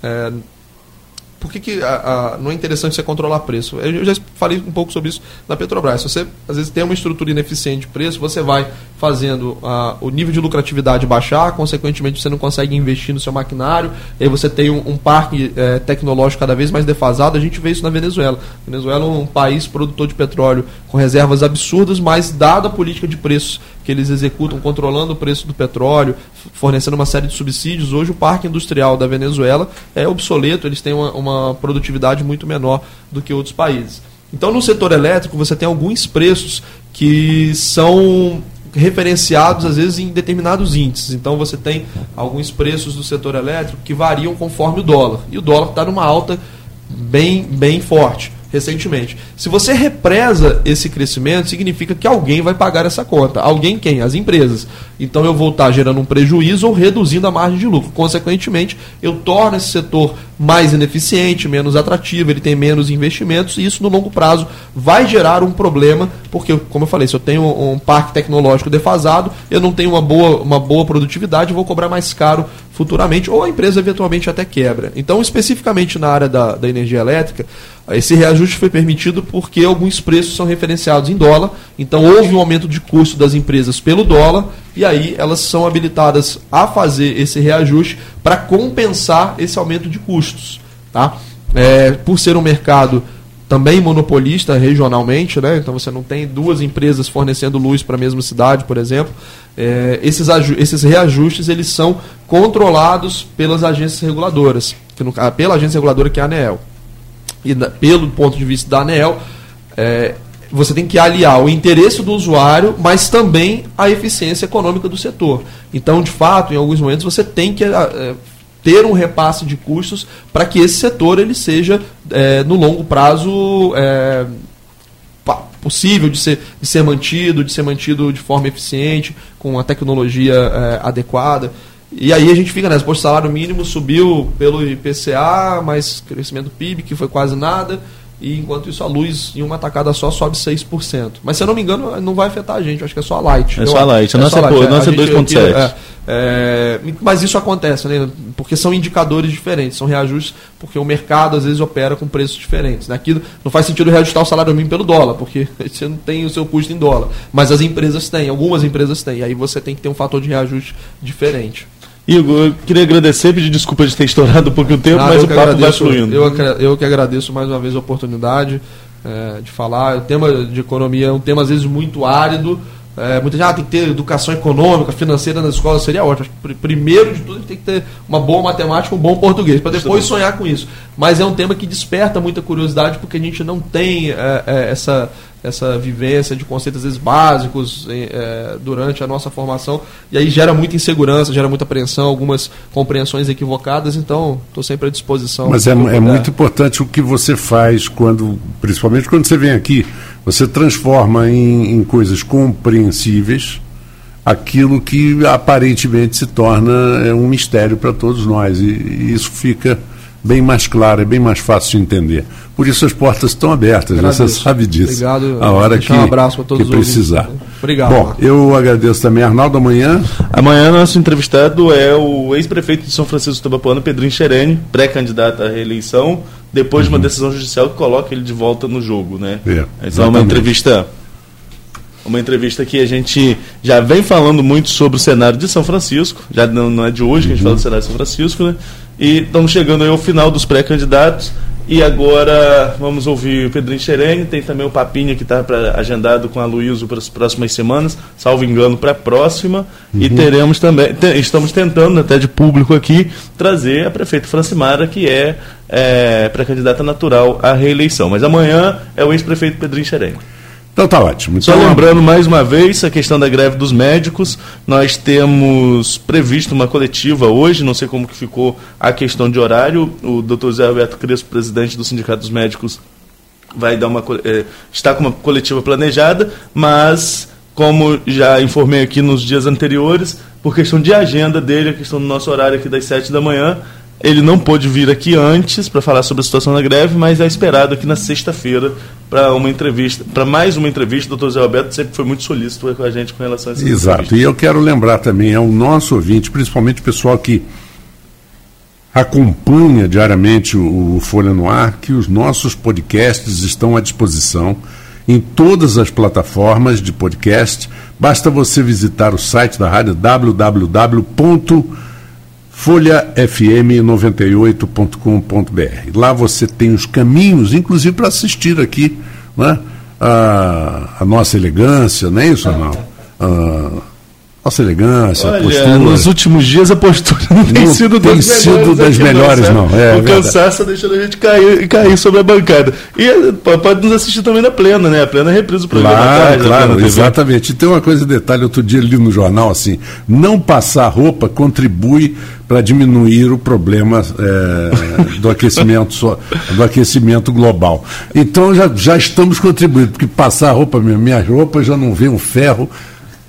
Por que não é interessante você controlar preço? Eu já falei um pouco sobre isso na Petrobras. Se você, às vezes, tem uma estrutura ineficiente de preço, você vai fazendo o nível de lucratividade baixar, consequentemente você não consegue investir no seu maquinário, e aí você tem um parque tecnológico cada vez mais defasado. A gente vê isso na Venezuela. A Venezuela é um país produtor de petróleo com reservas absurdas, mas dada a política de preços que eles executam, controlando o preço do petróleo, fornecendo uma série de subsídios, hoje o parque industrial da Venezuela é obsoleto, eles têm uma produtividade muito menor do que outros países. Então, no setor elétrico, você tem alguns preços que são referenciados, às vezes, em determinados índices. Então, você tem alguns preços do setor elétrico que variam conforme o dólar. E o dólar está numa alta bem forte recentemente. Se você represa esse crescimento, significa que alguém vai pagar essa conta. Alguém quem? As empresas. Então eu vou estar gerando um prejuízo ou reduzindo a margem de lucro. Consequentemente, eu torno esse setor mais ineficiente, menos atrativo, ele tem menos investimentos, e isso no longo prazo vai gerar um problema, porque, como eu falei, se eu tenho um parque tecnológico defasado, eu não tenho uma boa produtividade, eu vou cobrar mais caro futuramente, ou a empresa eventualmente até quebra. Então, especificamente na área da energia elétrica, esse reajuste foi permitido porque alguns preços são referenciados em dólar, então houve um aumento de custo das empresas pelo dólar, e aí elas são habilitadas a fazer esse reajuste para compensar esse aumento de custos. Tá? Por ser um mercado também monopolista regionalmente, né? Então você não tem duas empresas fornecendo luz para a mesma cidade, por exemplo, esses reajustes eles são controlados pelas agências reguladoras, pela agência reguladora que é a ANEEL. E pelo ponto de vista da ANEEL, você tem que aliar o interesse do usuário, mas também a eficiência econômica do setor. Então, de fato, em alguns momentos você tem que ter um repasse de custos para que esse setor ele seja, no longo prazo, possível de ser mantido de forma eficiente, com a tecnologia adequada. E aí a gente fica nessa, o salário mínimo subiu pelo IPCA, mas crescimento do PIB, que foi quase nada, e enquanto isso a luz em uma tacada só sobe 6%. Mas se eu não me engano, não vai afetar a gente, acho que é só a Light. É só a Light, a nossa é 2.7. Mas isso acontece, né? Porque são indicadores diferentes, são reajustes, porque o mercado às vezes opera com preços diferentes. Aqui não faz sentido reajustar o salário mínimo pelo dólar, porque você não tem o seu custo em dólar. Mas as empresas têm, algumas empresas têm, e aí você tem que ter um fator de reajuste diferente. Igor, eu queria agradecer, pedir desculpa de ter estourado um pouquinho o tempo, mas o papo vai fluindo. Eu que agradeço mais uma vez a oportunidade de falar. O tema de economia é um tema às vezes muito árido. Muita gente tem que ter educação econômica, financeira nas escolas, seria ótimo. Primeiro de tudo, a gente tem que ter uma boa matemática, um bom português, para depois sonhar com isso. Mas é um tema que desperta muita curiosidade, porque a gente não tem essa vivência de conceitos às vezes básicos durante a nossa formação, e aí gera muita insegurança, gera muita apreensão, algumas compreensões equivocadas, então estou sempre à disposição. Mas é muito importante o que você faz, principalmente quando você vem aqui, você transforma em coisas compreensíveis aquilo que aparentemente se torna um mistério para todos nós, e isso fica bem mais claro, é bem mais fácil de entender. Por isso as portas estão abertas, você sabe disso. Obrigado. A hora que, um abraço para todos que precisar. Obrigado. Bom, eu agradeço também, Arnaldo. Amanhã nosso entrevistado é o ex-prefeito de São Francisco do Tabapuana, Pedrinho Xerene, pré-candidato à reeleição, depois de uma decisão judicial que coloca ele de volta no jogo, né? Então uma entrevista que a gente já vem falando muito sobre o cenário de São Francisco, já não é de hoje que a gente fala do cenário de São Francisco, né? E estamos chegando aí ao final dos pré-candidatos, e agora vamos ouvir o Pedrinho Xerene. Tem também o papinho que está agendado com a Luísa para as próximas semanas, salvo engano, para a próxima, e teremos também, estamos tentando até de público aqui, trazer a prefeita Francimara, que é pré-candidata natural à reeleição, mas amanhã é o ex-prefeito Pedrinho Xerene. Então tá ótimo. Só lembrando mais uma vez a questão da greve dos médicos, nós temos previsto uma coletiva hoje, não sei como que ficou a questão de horário, o Dr. Zé Alberto Crespo, presidente do Sindicato dos Médicos, vai dar está com uma coletiva planejada, mas como já informei aqui nos dias anteriores, por questão de agenda dele, a questão do nosso horário aqui das 7 da manhã, ele não pôde vir aqui antes para falar sobre a situação da greve, mas é esperado aqui na sexta-feira para mais uma entrevista. O Dr. Zé Alberto sempre foi muito solícito com a gente com relação a essa Exato, entrevista. E eu quero lembrar também ao nosso ouvinte, principalmente o pessoal que acompanha diariamente o Folha no Ar, que os nossos podcasts estão à disposição em todas as plataformas de podcast. Basta você visitar o site da rádio www.folhafm98.com.br. Lá você tem os caminhos, inclusive para assistir aqui, né, a nossa elegância, não é isso, Arnaldo? Nossa elegância, olha, a postura. Nos últimos dias a postura não tem sido das melhores, não. O cansaço deixando a gente cair sobre a bancada. E pode nos assistir também na Plena, né? A Plena reprisa o programa. Claro, exatamente. E tem uma coisa, detalhe, outro dia eu li no jornal assim: não passar roupa contribui para diminuir o problema do aquecimento global. Então já estamos contribuindo, porque passar roupa, minhas roupas já não vê um ferro.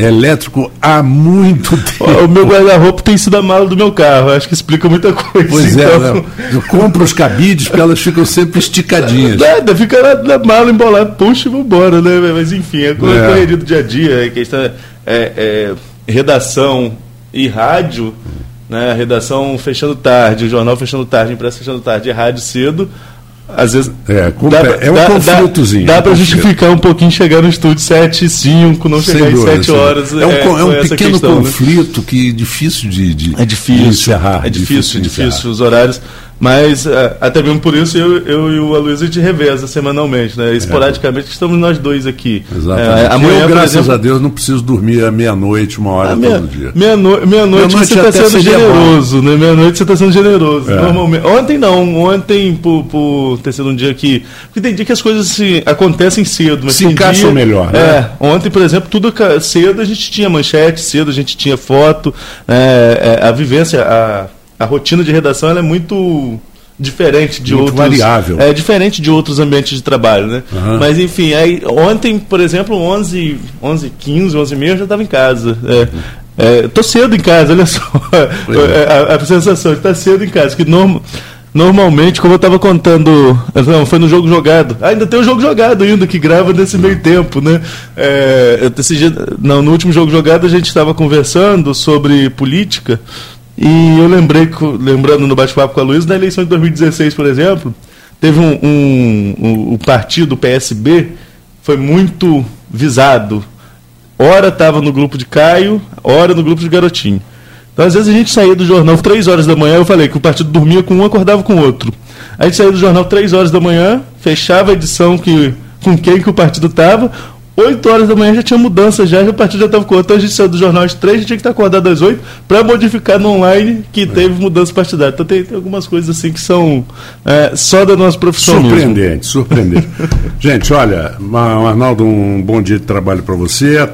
elétrico há muito tempo. O meu guarda-roupa tem sido a mala do meu carro, acho que explica muita coisa. Pois então... é, eu compro os cabides porque elas ficam sempre esticadinhas. Nada, fica na mala embolada, puxa e vambora, né? Mas enfim, é correria do dia a dia, questão redação e rádio, né? A redação fechando tarde, o jornal fechando tarde, a imprensa fechando tarde, e rádio cedo. Às vezes um conflitozinho. Dá para justificar um pouquinho chegar no estúdio 7h05, não chegar em 7 horas. É um pequeno conflito, né? Que difícil de encerrar. É difícil os horários. Mas até mesmo por isso eu e o Aloysio a gente reveza semanalmente, né? Esporadicamente estamos nós dois aqui. Exatamente. Amanhã, graças a Deus, não preciso dormir à meia-noite, 1h todo dia. Meia-noite você está sendo generoso, né? Meia-noite você está sendo generoso. Normalmente. Ontem por ter sido um dia que... Porque tem dia que as coisas acontecem cedo. Mas se encaixam melhor, né? Ontem, por exemplo, tudo cedo a gente tinha manchete, cedo a gente tinha foto, a vivência... A rotina de redação ela é muito diferente de outros. Variável. É diferente de outros ambientes de trabalho, né? Uhum. Mas enfim, ontem, por exemplo, 11h15, 11h30 eu já estava em casa. Estou cedo em casa, olha só. A sensação de estar cedo em casa, que normalmente, como eu estava contando, foi no jogo jogado. Ainda tem o jogo jogado ainda, que grava nesse meio tempo, né? No último jogo jogado a gente estava conversando sobre política. E eu lembrando no bate-papo com a Luísa, na eleição de 2016, por exemplo, teve o partido, o PSB, foi muito visado. Ora estava no grupo de Caio, ora no grupo de Garotinho. Então, às vezes, a gente saía do jornal 3 horas da manhã, eu falei que o partido dormia com um, acordava com o outro. A gente saía do jornal 3 horas da manhã, fechava a edição com quem que o partido estava, 8 horas da manhã já tinha mudança, já o partido já estava com outro. Então a gente saiu do jornal às 3, a gente tinha que estar acordado às 8 para modificar no online que teve mudança partidária. Então tem algumas coisas assim que são só da nossa profissão. Surpreendente. Gente, olha, Arnaldo, um bom dia de trabalho para você.